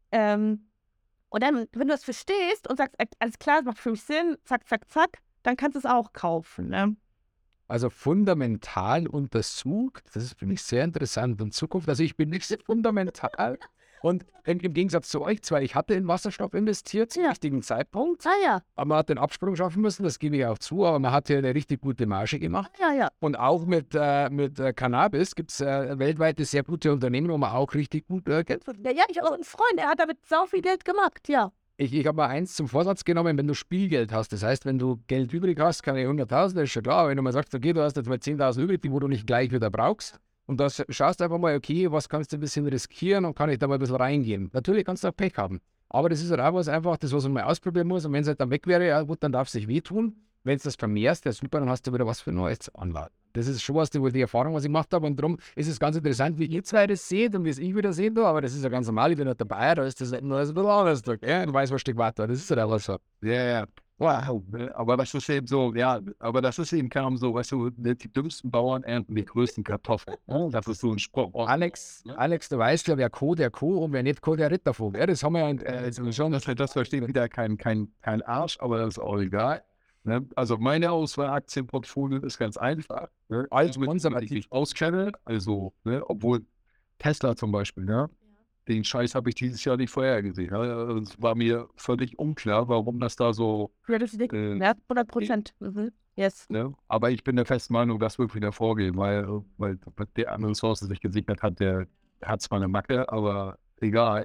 Und dann, wenn du das verstehst und sagst, alles klar, das macht für mich Sinn, zack, zack, zack, dann kannst du es auch kaufen, ne? Also fundamental untersucht, das ist für mich sehr interessant in Zukunft. Also ich bin nicht so fundamental und im Gegensatz zu euch zwei, ich hatte in Wasserstoff investiert zum richtigen Zeitpunkt, Ja. aber man hat den Absprung schaffen müssen, das gebe ich auch zu, aber man hat hier eine richtig gute Marge gemacht. Ja. Und auch mit Cannabis gibt es weltweit sehr gute Unternehmen, wo man auch richtig gut Geld verdient. Ja, ich habe auch einen Freund, der hat damit sau viel Geld gemacht, ja. Ich habe mal eins zum Vorsatz genommen, wenn du Spielgeld hast. Das heißt, wenn du Geld übrig hast, keine 100.000, das ist schon klar. Wenn du mal sagst, okay, du hast jetzt mal 10.000 übrig, die wo du nicht gleich wieder brauchst. Und das schaust einfach mal, okay, was kannst du ein bisschen riskieren und kann ich da mal ein bisschen reingehen. Natürlich kannst du auch Pech haben. Aber das ist halt auch was einfach, das, was man mal ausprobieren muss. Und wenn es halt dann weg wäre, ja gut, dann darf es sich wehtun. Wenn es das vermehrst, ja super, dann hast du wieder was für Neues anladen. Das ist schon was, die Erfahrung, was ich gemacht habe. Und darum ist es ganz interessant, wie ihr zwei das seht und wie es ich wieder sehen tue. Aber das ist ja ganz normal, ich bin nicht dabei, da ist das ein bisschen anders. Ja, du weißt, was Stück weiter. Das ist halt einfach so. Ja. Wow. Aber das ist eben so, ja, aber das ist eben kaum so, weißt du, die dümmsten Bauern ernten die größten Kartoffeln. Das ist so ein Spruch. Alex, du weißt ja, wer Co, der Co und wer nicht Co, der Ritt davon. Ja, das haben wir ja schon, das versteht wieder kein Arsch, aber das ist auch egal. Ne? Also meine Auswahl-Aktienportfolio ist ganz einfach. Ne? Also konservativ ich auskenne, also, ne? Obwohl Tesla zum Beispiel, ne? Den Scheiß habe ich dieses Jahr nicht vorhergesehen. Ne? Es war mir völlig unklar, warum das da so... Ja, das ist 100%. Yes. Ne? Aber ich bin der festen Meinung, das wird wieder vorgehen, weil der andere Source sich gesichert hat, der hat zwar eine Macke, aber egal.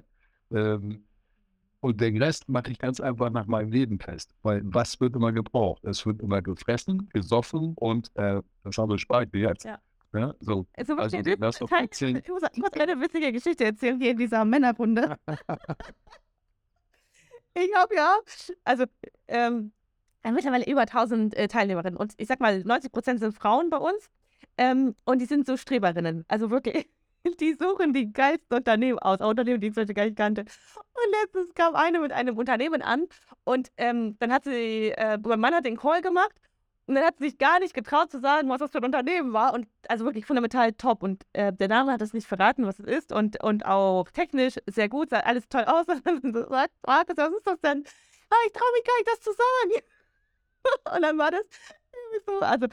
Und den Rest mache ich ganz einfach nach meinem Leben fest. Weil was wird immer gebraucht? Es wird immer gefressen, gesoffen und das haben wir spart jetzt. Ja. Ja, so. Also Also, wirklich, das ich muss eine witzige Geschichte erzählen hier in dieser Männerrunde. Ich habe also mittlerweile über 1000 Teilnehmerinnen und ich sag mal, 90% sind Frauen bei uns und die sind so Streberinnen. Also wirklich, die suchen die geilsten Unternehmen aus, auch Unternehmen, die ich zum Beispiel gar nicht kannte. Und letztens kam eine mit einem Unternehmen an und dann hat sie, mein Mann hat den Call gemacht und dann hat sie sich gar nicht getraut zu sagen, was das für ein Unternehmen war und also wirklich fundamental top und der Name hat es nicht verraten, was es ist und auch technisch sehr gut, sah alles toll aus und dann sagt, was ist das denn? Ich traue mich gar nicht, das zu sagen. Und dann war das so, also,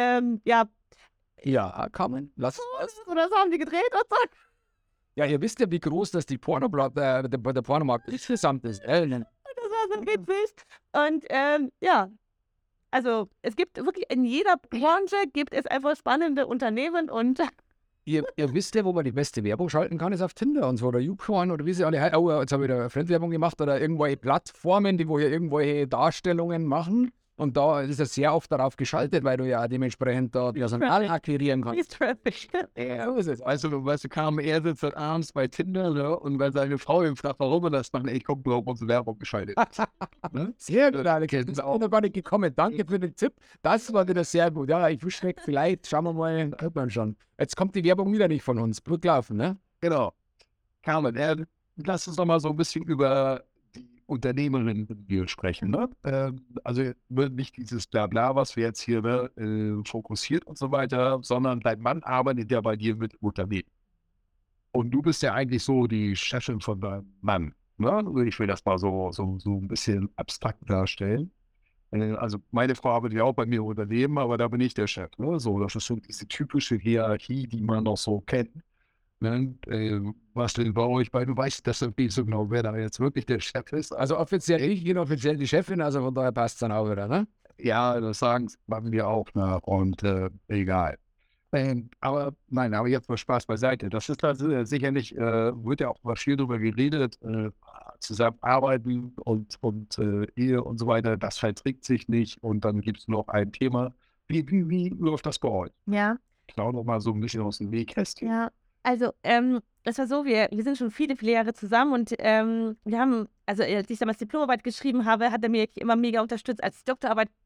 Ja, Carmen, lass es. oder so haben die gedreht und so. Ja, ihr wisst ja, wie groß das die der Pornomarkt insgesamt ist. Das war so witzig. Und also es gibt wirklich in jeder Branche gibt es einfach spannende Unternehmen und Ihr wisst ja, wo man die beste Werbung schalten kann, ist auf Tinder und so oder YouPorn oder wie sie alle heißen. Oh, jetzt habe ich wieder Fremdwerbung gemacht oder irgendwelche Plattformen, die wo hier irgendwelche Darstellungen machen. Und da ist es sehr oft darauf geschaltet, weil du ja dementsprechend da Personal akquirieren kannst. Traffic. Ja, so ist es. weißt du, kaum er sitzt dann abends bei Tinder, ne? Und wenn seine Frau ihm fragt, warum er das macht, ich gucke, ob unsere Werbung geschaltet ist. Ne? Sehr gut, Alex. Das ist auch noch gar nicht gekommen. Danke für den Tipp. Das war wieder sehr gut. Ja, ich wüsste nicht, vielleicht schauen wir mal, hört man schon. Jetzt kommt die Werbung wieder nicht von uns. Gut laufen, ne? Genau. Carmen, lass uns doch mal so ein bisschen über die Unternehmerinnen hier sprechen. Ne? Also nicht dieses Blabla, was wir jetzt hier fokussiert und so weiter, sondern dein Mann arbeitet ja bei dir mit dem Unternehmen. Und du bist ja eigentlich so die Chefin von deinem Mann. Ne? Ich will das mal so ein bisschen abstrakt darstellen. Also meine Frau arbeitet ja auch bei mir im Unternehmen, aber da bin ich der Chef. Ne? So, das ist so diese typische Hierarchie, die man noch so kennt. Ne? Was denn bei euch beiden? Du weißt das nicht so genau, wer da jetzt wirklich der Chef ist. Also offiziell ich, inoffiziell die Chefin, also von daher passt es dann auch wieder, ne? Ja, das machen wir auch. Ne? Und egal. Aber jetzt mal Spaß beiseite. Das ist also sicherlich, wird ja auch viel darüber geredet, zusammenarbeiten und Ehe und so weiter, das verträgt sich nicht und dann gibt es noch ein Thema. Wie läuft das bei euch? Ja. Klau noch mal so ein bisschen aus dem Nähkästchen. Ja, also das war so, wir sind schon viele Jahre zusammen und wir haben, also als ich damals Diplomarbeit geschrieben habe, hat er mir immer mega unterstützt. Als ich Doktorarbeit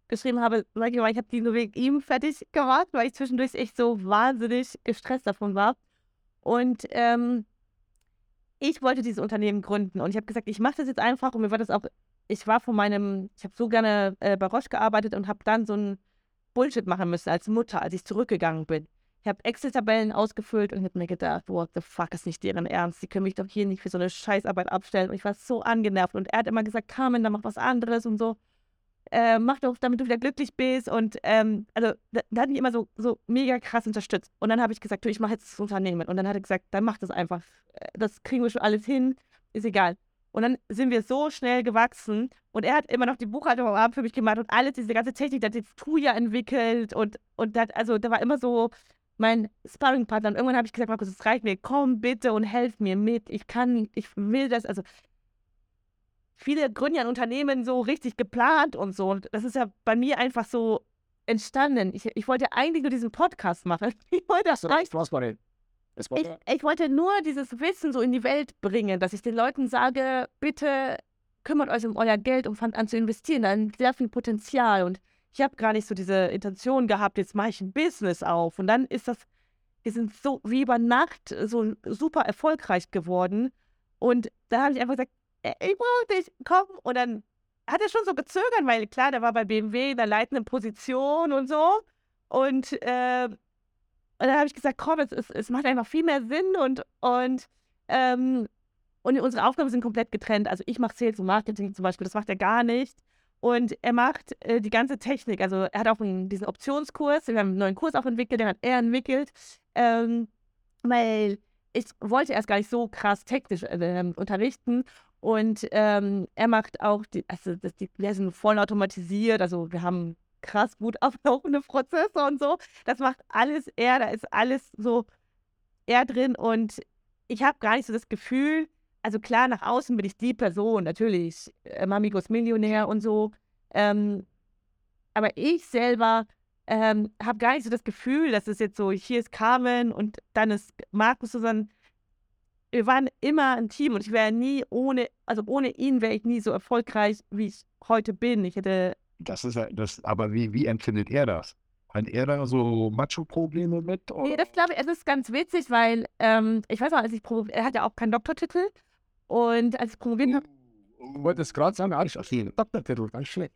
geschrieben habe, sag ich mal, ich habe die nur wegen ihm fertig gemacht, weil ich zwischendurch echt so wahnsinnig gestresst davon war. Und ich wollte dieses Unternehmen gründen und ich habe gesagt, ich mache das jetzt einfach und mir war das auch, ich habe so gerne bei Roche gearbeitet und habe dann so ein Bullshit machen müssen als Mutter, als ich zurückgegangen bin. Ich habe Excel-Tabellen ausgefüllt und habe mir gedacht, what the fuck, ist nicht deren Ernst, die können mich doch hier nicht für so eine Scheißarbeit abstellen und ich war so angenervt und er hat immer gesagt, Carmen, dann mach was anderes und so. Mach doch, damit du wieder glücklich bist. Und also da hat mich immer so mega krass unterstützt. Und dann habe ich gesagt, du, ich mache jetzt das Unternehmen. Und dann hat er gesagt, dann mach das einfach. Das kriegen wir schon alles hin, ist egal. Und dann sind wir so schnell gewachsen und er hat immer noch die Buchhaltung am Abend für mich gemacht und alles, diese ganze Technik, der hat die Tuya entwickelt und also da war immer so mein Sparringpartner. Und irgendwann habe ich gesagt, Markus, es reicht mir, komm bitte und helf mir mit. Ich will das, also viele gründen ja ein Unternehmen so richtig geplant und so. Und das ist ja bei mir einfach so entstanden. Ich wollte eigentlich nur diesen Podcast machen. Ich wollte nur dieses Wissen so in die Welt bringen, dass ich den Leuten sage, bitte kümmert euch um euer Geld und fangt an zu investieren. Da ist sehr viel Potenzial. Und ich habe gar nicht so diese Intention gehabt, jetzt mache ich ein Business auf. Und dann wir sind so wie über Nacht so super erfolgreich geworden. Und da habe ich einfach gesagt, ich brauche dich, komm. Und dann hat er schon so gezögert, weil klar, der war bei BMW in der leitenden Position und so. Und dann habe ich gesagt, komm, es macht einfach viel mehr Sinn und unsere Aufgaben sind komplett getrennt. Also ich mache Sales und Marketing zum Beispiel, das macht er gar nicht. Und er macht die ganze Technik. Also er hat auch diesen Optionskurs, wir haben einen neuen Kurs auch entwickelt, den hat er entwickelt, weil ich wollte erst gar nicht so krass technisch unterrichten. Und er macht auch, die sind vollautomatisiert, also wir haben krass gut ablaufende Prozesse und so. Das macht alles er, da ist alles so er drin und ich habe gar nicht so das Gefühl, also klar, nach außen bin ich die Person, natürlich, Mamigos Millionär und so, aber ich selber habe gar nicht so das Gefühl, dass es jetzt so, hier ist Carmen und dann ist Markus, sondern wir waren immer ein Team und ich wäre nie ohne ihn wäre ich nie so erfolgreich, wie ich heute bin. Aber wie empfindet er das? Hat er da so Macho-Probleme mit? Nee, das glaube ich, es ist ganz witzig, weil ich weiß noch, er hat ja auch keinen Doktortitel und als ich promoviert habe. Ich wollte es gerade sagen, ich habe einen Doktortitel, ganz schlecht.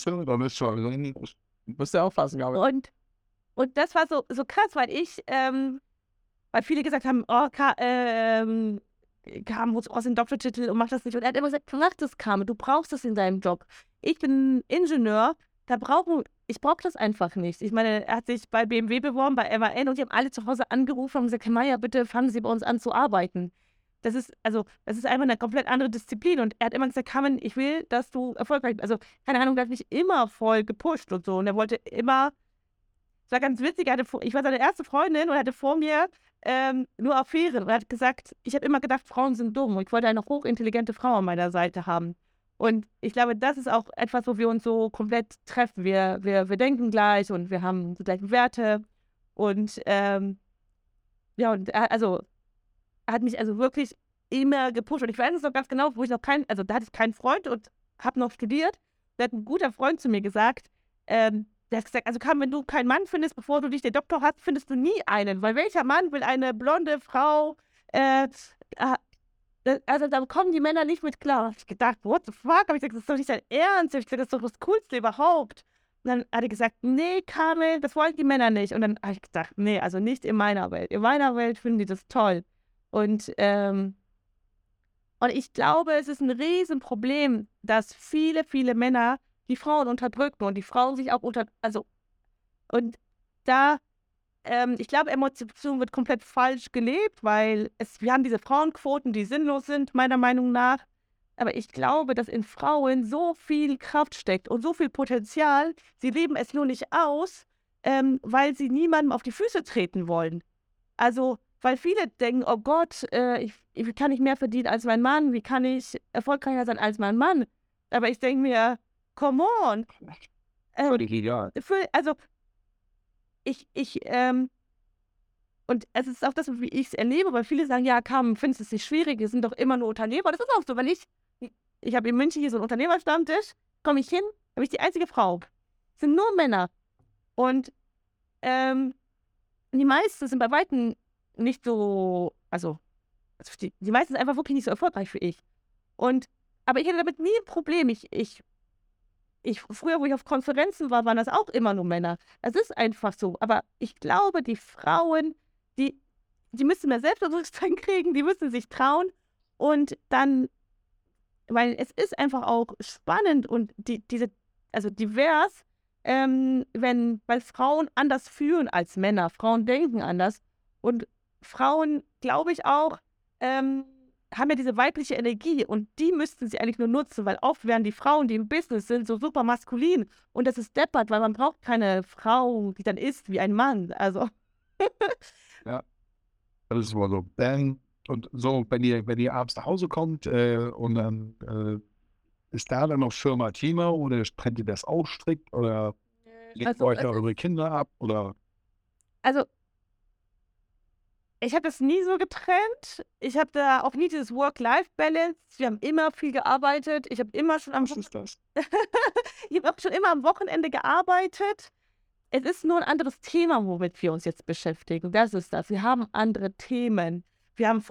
Musst du aufpassen, glaube ich. Und das war so krass, weil viele gesagt haben, oh, Carmen holst aus den Doktortitel und mach das nicht. Und er hat immer gesagt, mach das, Carmen, du brauchst das in deinem Job. Ich bin Ingenieur, ich brauche das einfach nicht. Ich meine, er hat sich bei BMW beworben, bei MAN und die haben alle zu Hause angerufen und gesagt, Herr Meier, bitte fangen Sie bei uns an zu arbeiten. Das ist einfach eine komplett andere Disziplin. Und er hat immer gesagt, Carmen, ich will, dass du erfolgreich bist. Also, keine Ahnung, der hat mich immer voll gepusht und so. Und er wollte immer, es war ganz witzig, ich war seine erste Freundin und er hatte vor mir nur Affären. Und er hat gesagt, ich habe immer gedacht, Frauen sind dumm. Und ich wollte eine hochintelligente Frau an meiner Seite haben. Und ich glaube, das ist auch etwas, wo wir uns so komplett treffen. Wir denken gleich und wir haben die gleichen Werte. Und ja, und er hat mich also wirklich immer gepusht. Und ich weiß es noch ganz genau, da hatte ich keinen Freund und habe noch studiert. Da hat ein guter Freund zu mir gesagt, der hat gesagt, also Carmen, wenn du keinen Mann findest, bevor du dich den Doktor hast, findest du nie einen. Weil welcher Mann will eine blonde Frau, also da kommen die Männer nicht mit klar. Ich gedacht, what the fuck? Habe ich gesagt, das ist doch nicht dein Ernst. Ich gesagt, das ist doch das Coolste überhaupt. Und dann hat er gesagt, nee, Carmen, das wollen die Männer nicht. Und dann habe ich gedacht, nee, also nicht in meiner Welt. In meiner Welt finden die das toll. Und ich glaube, es ist ein Riesenproblem, dass viele, viele Männer die Frauen unterdrücken und die Frauen sich auch und da ich glaube, Emotion wird komplett falsch gelebt, weil wir haben diese Frauenquoten, die sinnlos sind, meiner Meinung nach. Aber ich glaube, dass in Frauen so viel Kraft steckt und so viel Potenzial. Sie leben es nur nicht aus, weil sie niemandem auf die Füße treten wollen. Also, weil viele denken, oh Gott, wie kann ich mehr verdienen als mein Mann? Wie kann ich erfolgreicher sein als mein Mann? Aber ich denke mir, come on. Und es ist auch das, wie ich es erlebe, weil viele sagen, ja, Carmen, findest du es nicht schwierig, wir sind doch immer nur Unternehmer. Das ist auch so, wenn ich habe in München hier so einen Unternehmerstammtisch, komme ich hin, habe ich die einzige Frau. sind nur Männer. Und die meisten sind bei Weitem nicht so, also die meisten sind einfach wirklich nicht so erfolgreich wie ich. Aber ich hatte damit nie ein Problem. Früher, wo ich auf Konferenzen war, waren das auch immer nur Männer. Das ist einfach so. Aber ich glaube, die Frauen, die müssen mehr Selbstbewusstsein kriegen, die müssen sich trauen. Und dann, weil es ist einfach auch spannend und divers, weil Frauen anders fühlen als Männer. Frauen denken anders. Und Frauen, glaube ich auch, haben ja diese weibliche Energie und die müssten sie eigentlich nur nutzen, weil oft werden die Frauen, die im Business sind, so super maskulin und das ist deppert, weil man braucht keine Frau, die dann ist wie ein Mann. Also. Ja, das ist wohl so. Und so, wenn ihr abends nach Hause kommt und dann ist da dann noch Firma Thema oder trennt ihr das auch strikt oder legt euch da eure Kinder ab oder? Also, ich habe das nie so getrennt. Ich habe da auch nie dieses Work-Life-Balance. Wir haben immer viel gearbeitet. Ich habe immer schon Was ist das? Ich habe auch schon immer am Wochenende gearbeitet. Es ist nur ein anderes Thema, womit wir uns jetzt beschäftigen. Das ist das. Wir haben andere Themen. Wir haben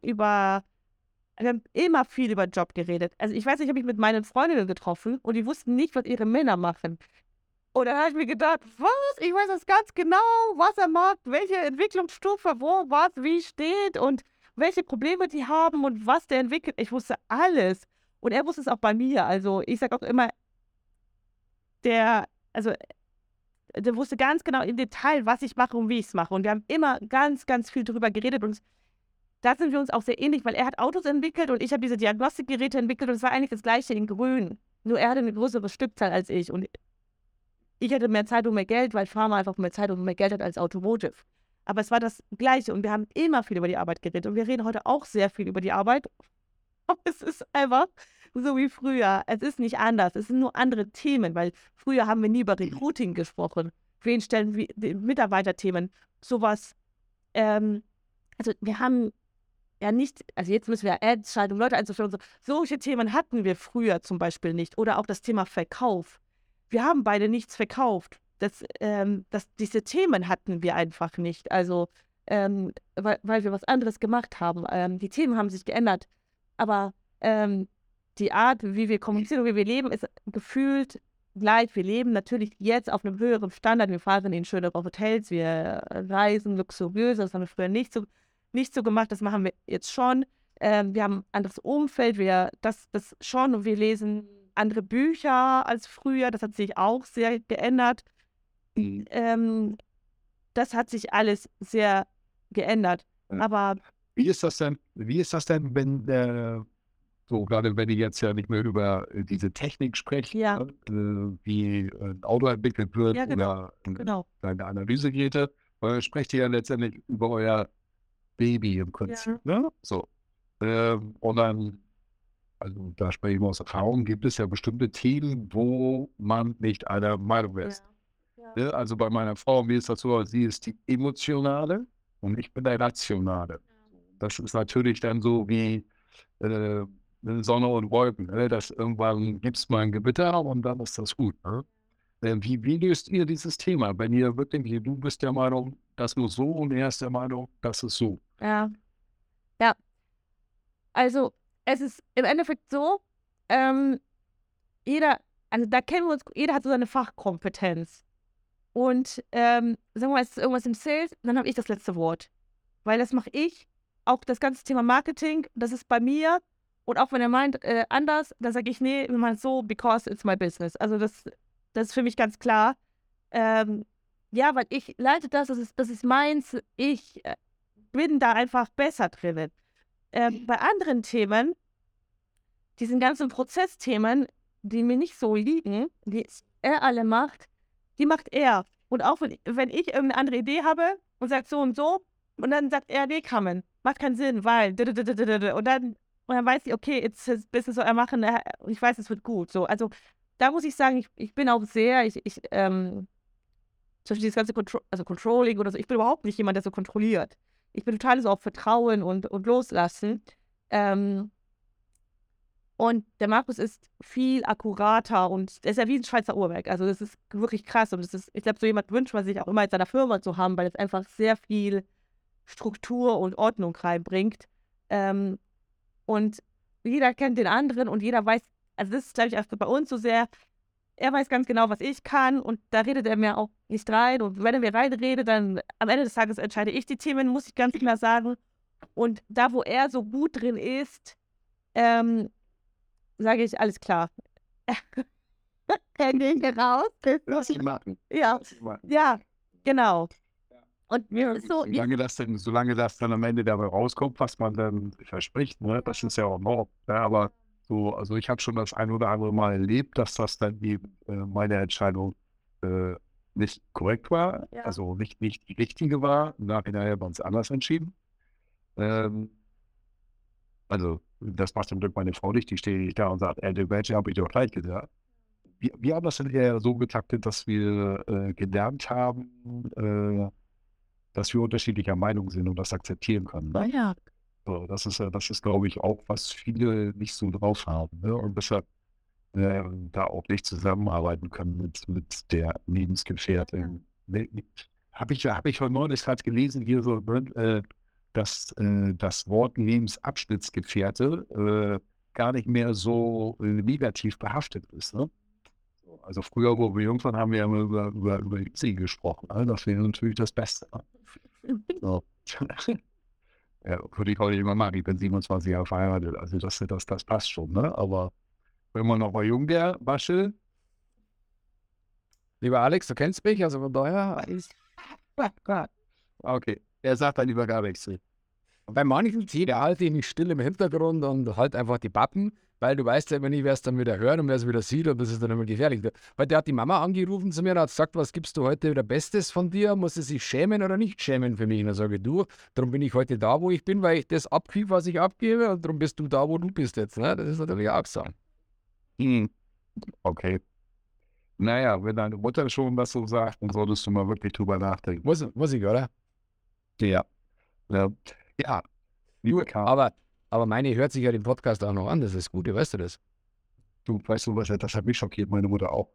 immer viel über Job geredet. Also ich weiß nicht, ich habe mich mit meinen Freundinnen getroffen und die wussten nicht, was ihre Männer machen. Und dann habe ich mir gedacht, was? Ich weiß das ganz genau, was er macht, welche Entwicklungsstufe, wo, was, wie steht und welche Probleme die haben und was der entwickelt. Ich wusste alles. Und er wusste es auch bei mir. Also ich sage auch immer, der wusste ganz genau im Detail, was ich mache und wie ich es mache. Und wir haben immer ganz, ganz viel darüber geredet. Und da sind wir uns auch sehr ähnlich, weil er hat Autos entwickelt und ich habe diese Diagnostikgeräte entwickelt und es war eigentlich das Gleiche in grün. Nur er hatte eine größere Stückzahl als ich. Und ich hatte mehr Zeit und mehr Geld, weil Pharma einfach mehr Zeit und mehr Geld hat als Automotive. Aber es war das Gleiche und wir haben immer viel über die Arbeit geredet. Und wir reden heute auch sehr viel über die Arbeit. Aber es ist einfach so wie früher. Es ist nicht anders. Es sind nur andere Themen, weil früher haben wir nie über Recruiting gesprochen. Wen stellen wir, die Mitarbeiterthemen, sowas. Also wir haben ja nicht, also jetzt müssen wir Ads schalten, um Leute einzustellen und so. Solche Themen hatten wir früher zum Beispiel nicht. Oder auch das Thema Verkauf. Wir haben beide nichts verkauft. Diese Themen hatten wir einfach nicht. Also, weil wir was anderes gemacht haben. Die Themen haben sich geändert. Aber die Art, wie wir kommunizieren und wie wir leben, ist gefühlt gleich. Wir leben natürlich jetzt auf einem höheren Standard. Wir fahren in schönere Hotels, wir reisen luxuriös. Das haben wir früher nicht so gemacht. Das machen wir jetzt schon. Wir haben ein anderes Umfeld. Das schon. Und wir lesen andere Bücher als früher. Das hat sich auch sehr geändert. Das hat sich alles sehr geändert. Aber wie ist das denn, wenn so gerade wenn ihr jetzt ja nicht mehr über diese Technik sprecht, ja, wie ein Auto entwickelt wird ja, oder genau. deine Analysegeräte, sprecht ihr ja letztendlich über euer Baby im Prinzip. Ja. Ne? So. Und dann, also da spreche ich mal aus Erfahrung, gibt es ja bestimmte Themen, wo man nicht einer Meinung ist. Ja. Ne? Also bei meiner Frau, mir ist das so, sie ist die emotionale und ich bin der rationale. Das ist natürlich dann so wie Sonne und Wolken. Ne? Irgendwann gibt es mal ein Gewitter und dann ist das gut. Ne? Wie löst ihr dieses Thema? Wenn ihr wirklich, du bist der Meinung, das muss so und er ist der Meinung, das ist so. Ja. Also es ist im Endeffekt so, jeder hat so seine Fachkompetenz. Und sagen wir mal, es ist irgendwas im Sales, dann habe ich das letzte Wort. Weil das mache ich. Auch das ganze Thema Marketing, das ist bei mir. Und auch wenn er meint anders, dann sage ich, nee, wir machen es so, because it's my business. Also das ist für mich ganz klar. Ja, weil ich leite das ist meins. Ich bin da einfach besser drin. Bei anderen Themen, diesen ganzen Prozessthemen, die mir nicht so liegen, die er alle macht, die macht er. Und auch wenn ich irgendeine andere Idee habe und sage so und dann sagt er, nee, Carmen, macht keinen Sinn, weil und dann weiß ich, okay, it's his business, soll er machen, ich weiß, es wird gut. So, also da muss ich sagen, ich bin auch sehr, zum Beispiel dieses ganze Controlling oder so, ich bin überhaupt nicht jemand, der so kontrolliert. Ich bin total so auf Vertrauen und Loslassen. Und der Markus ist viel akkurater und der ist ja wie ein Schweizer Uhrwerk. Also das ist wirklich krass. Und das ist, ich glaube, so jemand wünscht man sich auch immer in seiner Firma zu haben, weil es einfach sehr viel Struktur und Ordnung reinbringt. Und jeder kennt den anderen und jeder weiß, also das ist, glaube ich, auch bei uns so sehr, er weiß ganz genau, was ich kann und da redet er mir auch nicht rein. Und wenn er mir reinredet, dann am Ende des Tages entscheide ich die Themen, muss ich ganz klar sagen. Und da, wo er so gut drin ist, sage ich, alles klar. Er geht hier raus. Lass ihn machen. Ja, Lass ihn machen. ja, genau. Und mir Ja, ist so, solange das dann am Ende dabei rauskommt, was man dann verspricht, ne, das ist ja auch noch. Ja, aber so, also ich habe schon das ein oder andere Mal erlebt, dass das dann eben meine Entscheidung nicht korrekt war, Ja. also nicht die richtige war. Im Nachhinein haben wir uns anders entschieden. Also das macht zum Glück meine Frau nicht, die steht nicht da und sagt, welche habe ich doch gleich gesagt. Wir haben das dann eher so getaktet, dass wir gelernt haben, dass wir unterschiedlicher Meinung sind und das akzeptieren können. Ne? ja. So, das ist, glaube ich, auch, was viele nicht so drauf haben. Ne? Und deshalb da auch nicht zusammenarbeiten können mit der Lebensgefährtin. Habe ich heute neulich gerade gelesen, hier so, dass das Wort Lebensabschnittsgefährte gar nicht mehr so negativ behaftet ist. Ne? Also früher, wo wir jung waren, haben wir immer über sie gesprochen. Ne? Das wäre natürlich das Beste. Ne? So. Ja, würde ich heute immer machen. Ich bin 27 Jahre verheiratet. Also das passt schon. Ne? Aber wenn man noch mal jung wäre, Waschel. Lieber Alex, du kennst mich, also von daher ist. Okay, er sagt dann lieber gar nichts. Bei manchen zieht er halt nicht still im Hintergrund und halt einfach die Pappen, weil du weißt ja immer nie, wer es dann wieder hört und wer es wieder sieht und das ist dann immer gefährlich. Heute hat die Mama angerufen zu mir und hat gesagt, was gibst du heute wieder Bestes von dir? Muss sie sich schämen oder nicht schämen für mich? Und dann sage ich, du, darum bin ich heute da, wo ich bin, weil ich das abgebe, was ich abgebe und darum bist du da, wo du bist jetzt. Ne? Das ist natürlich auch so. Okay. Naja, wenn deine Mutter schon was so sagt, dann solltest du mal wirklich drüber nachdenken. Muss ich, oder? Ja. Ja. Liebe Karl, Aber meine hört sich ja den Podcast auch noch an, das ist gut, weißt du das? du weißt du was, das hat mich schockiert, meine Mutter auch.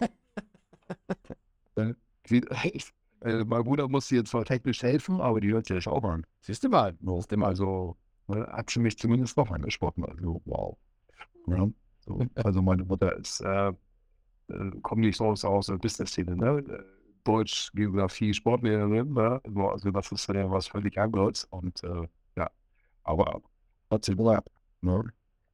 Meine Mutter musste jetzt zwar technisch helfen, aber die hört sich das auch an. Siehst du mal. Also hat sie mich zumindest noch angesprochen. Also wow. Ja, so. Also meine Mutter ist, kommt nicht so aus der Business-Szene, ne? Deutsch, Geografie, Sportlehrerin, ne? Also das ist ja was völlig anderes und ja, aber trotzdem, ne?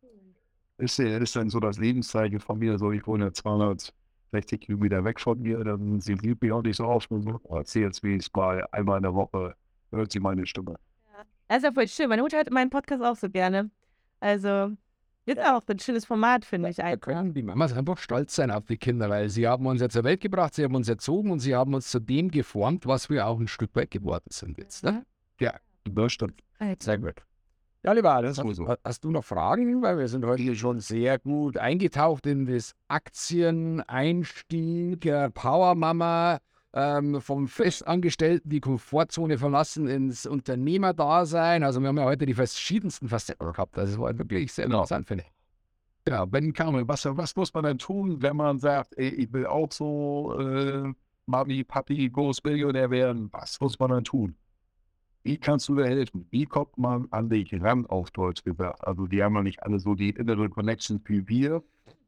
Ist dann so das Lebenszeichen von mir, so ich wohne 260 Kilometer weg von mir, dann sie liebt mich auch nicht so oft und so. Erzähl jetzt, wie es bei einmal in der Woche hört sie meine Stimme. Das ist ja voll schön. Meine Mutter hört meinen Podcast auch so gerne. Also, ist auch ein schönes Format, finde ich Da einfach. können die Mamas einfach stolz sein auf die Kinder, weil sie haben uns ja zur Welt gebracht, sie haben uns erzogen und sie haben uns zu dem geformt, was wir auch ein Stück weit geworden sind jetzt. Ne? Ja, das stimmt. Sehr gut. Ja, lieber Alex, So. hast du noch Fragen? Weil wir sind heute hier schon sehr gut eingetaucht in das Aktieneinstieg, Powermama, vom Festangestellten die Komfortzone verlassen ins Unternehmerdasein. Also wir haben ja heute die verschiedensten Facetten gehabt. Das war wirklich sehr interessant, finde ich. Ja, Ben Carmel, was muss man denn tun, wenn man sagt, ey, ich will auch so Mami, Papi, Großmillionär werden? Was muss man dann tun? Wie kannst du da helfen? Wie kommt man an dich ran, auf Deutsch gesagt? Also die haben ja nicht alle so die innere Connections wie wir.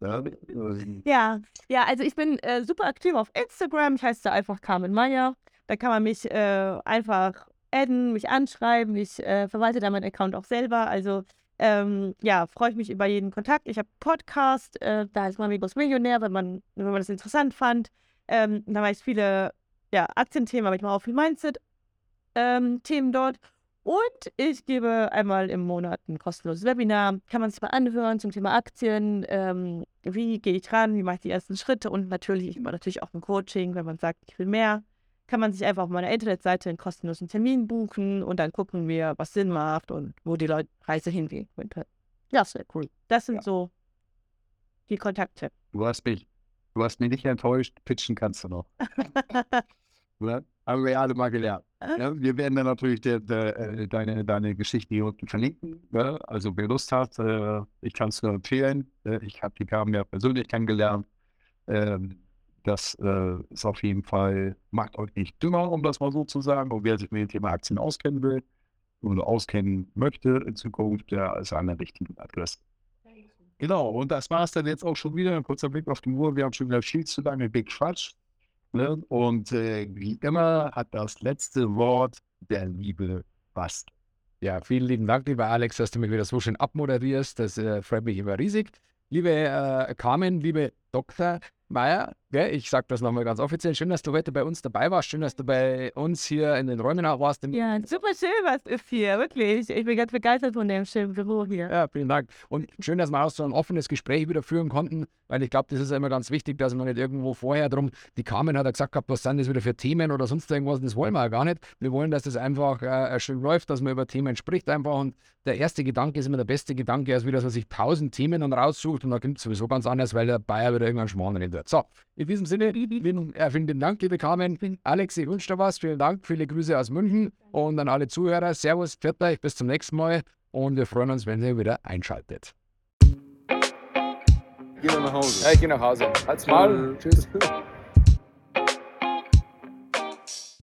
Ja? Ja, also ich bin super aktiv auf Instagram. Ich heiße da einfach Carmen Meyer. Da kann man mich einfach adden, mich anschreiben. Ich verwalte da meinen Account auch selber. Also ja, freue ich mich über jeden Kontakt. Ich habe einen Podcast, da heißt Mami Großmillionär, wenn man das interessant fand. Da mache ich viele Aktienthemen, aber ich mache auch viel Mindset-Themen dort. Und ich gebe einmal im Monat ein kostenloses Webinar. Kann man sich mal anhören zum Thema Aktien. Wie gehe ich ran? Wie mache ich die ersten Schritte? Und ich mache natürlich auch ein Coaching, wenn man sagt, ich will mehr. Kann man sich einfach auf meiner Internetseite einen kostenlosen Termin buchen und dann gucken wir, was Sinn macht und wo die Reise hingehen könnte. Ja, sehr cool. Das sind so die Kontakte. Du hast mich nicht enttäuscht, pitchen kannst du noch. Ne? Haben wir ja alle mal gelernt. Ne? Wir werden dann natürlich deine Geschichte hier unten verlinken. Ne? Also wer Lust hat, ich kann es nur empfehlen. Ich habe die Carmen ja persönlich kennengelernt. Das ist auf jeden Fall, macht euch nicht dümmer, um das mal so zu sagen. Und wer sich mit dem Thema Aktien auskennen will oder auskennen möchte in Zukunft, der ist an der richtigen Adresse. Genau, und das war es dann jetzt auch schon wieder. Ein kurzer Blick auf die Uhr. Wir haben schon wieder viel zu lange gequatscht. Ne? Und wie immer hat das letzte Wort der liebe Basti. Ja, vielen lieben Dank, lieber Alex, dass du mich wieder so schön abmoderierst. Das freut mich immer riesig. Liebe Carmen, liebe Dr. Meier, ich sage das nochmal ganz offiziell. Schön, dass du heute bei uns dabei warst. Schön, dass du bei uns hier in den Räumen auch warst. Ja, super schön, was ist hier, wirklich. Ich bin ganz begeistert von dem schönen Büro hier. Ja, vielen Dank. Und schön, dass wir auch so ein offenes Gespräch wieder führen konnten, weil ich glaube, das ist ja immer ganz wichtig, dass man nicht irgendwo vorher drum, die Carmen hat ja gesagt gehabt, was sind das wieder für Themen oder sonst irgendwas, das wollen wir ja gar nicht. Wir wollen, dass das einfach schön läuft, dass man über Themen spricht einfach und der erste Gedanke ist immer der beste Gedanke, als wieder, dass man sich 1000 Themen dann raussucht und da klingt es sowieso ganz anders, weil der Bayer wieder irgendwann Schmarrn redet wird. So, in diesem Sinne, vielen Dank, liebe Carmen. Alex, ich wünsche dir was. Vielen Dank, viele Grüße aus München und an alle Zuhörer. Servus, pfiat euch, bis zum nächsten Mal und wir freuen uns, wenn ihr wieder einschaltet. Geh mal nach Hause. Ja, ich gehe nach Hause. Halt's Maul. Tschüss.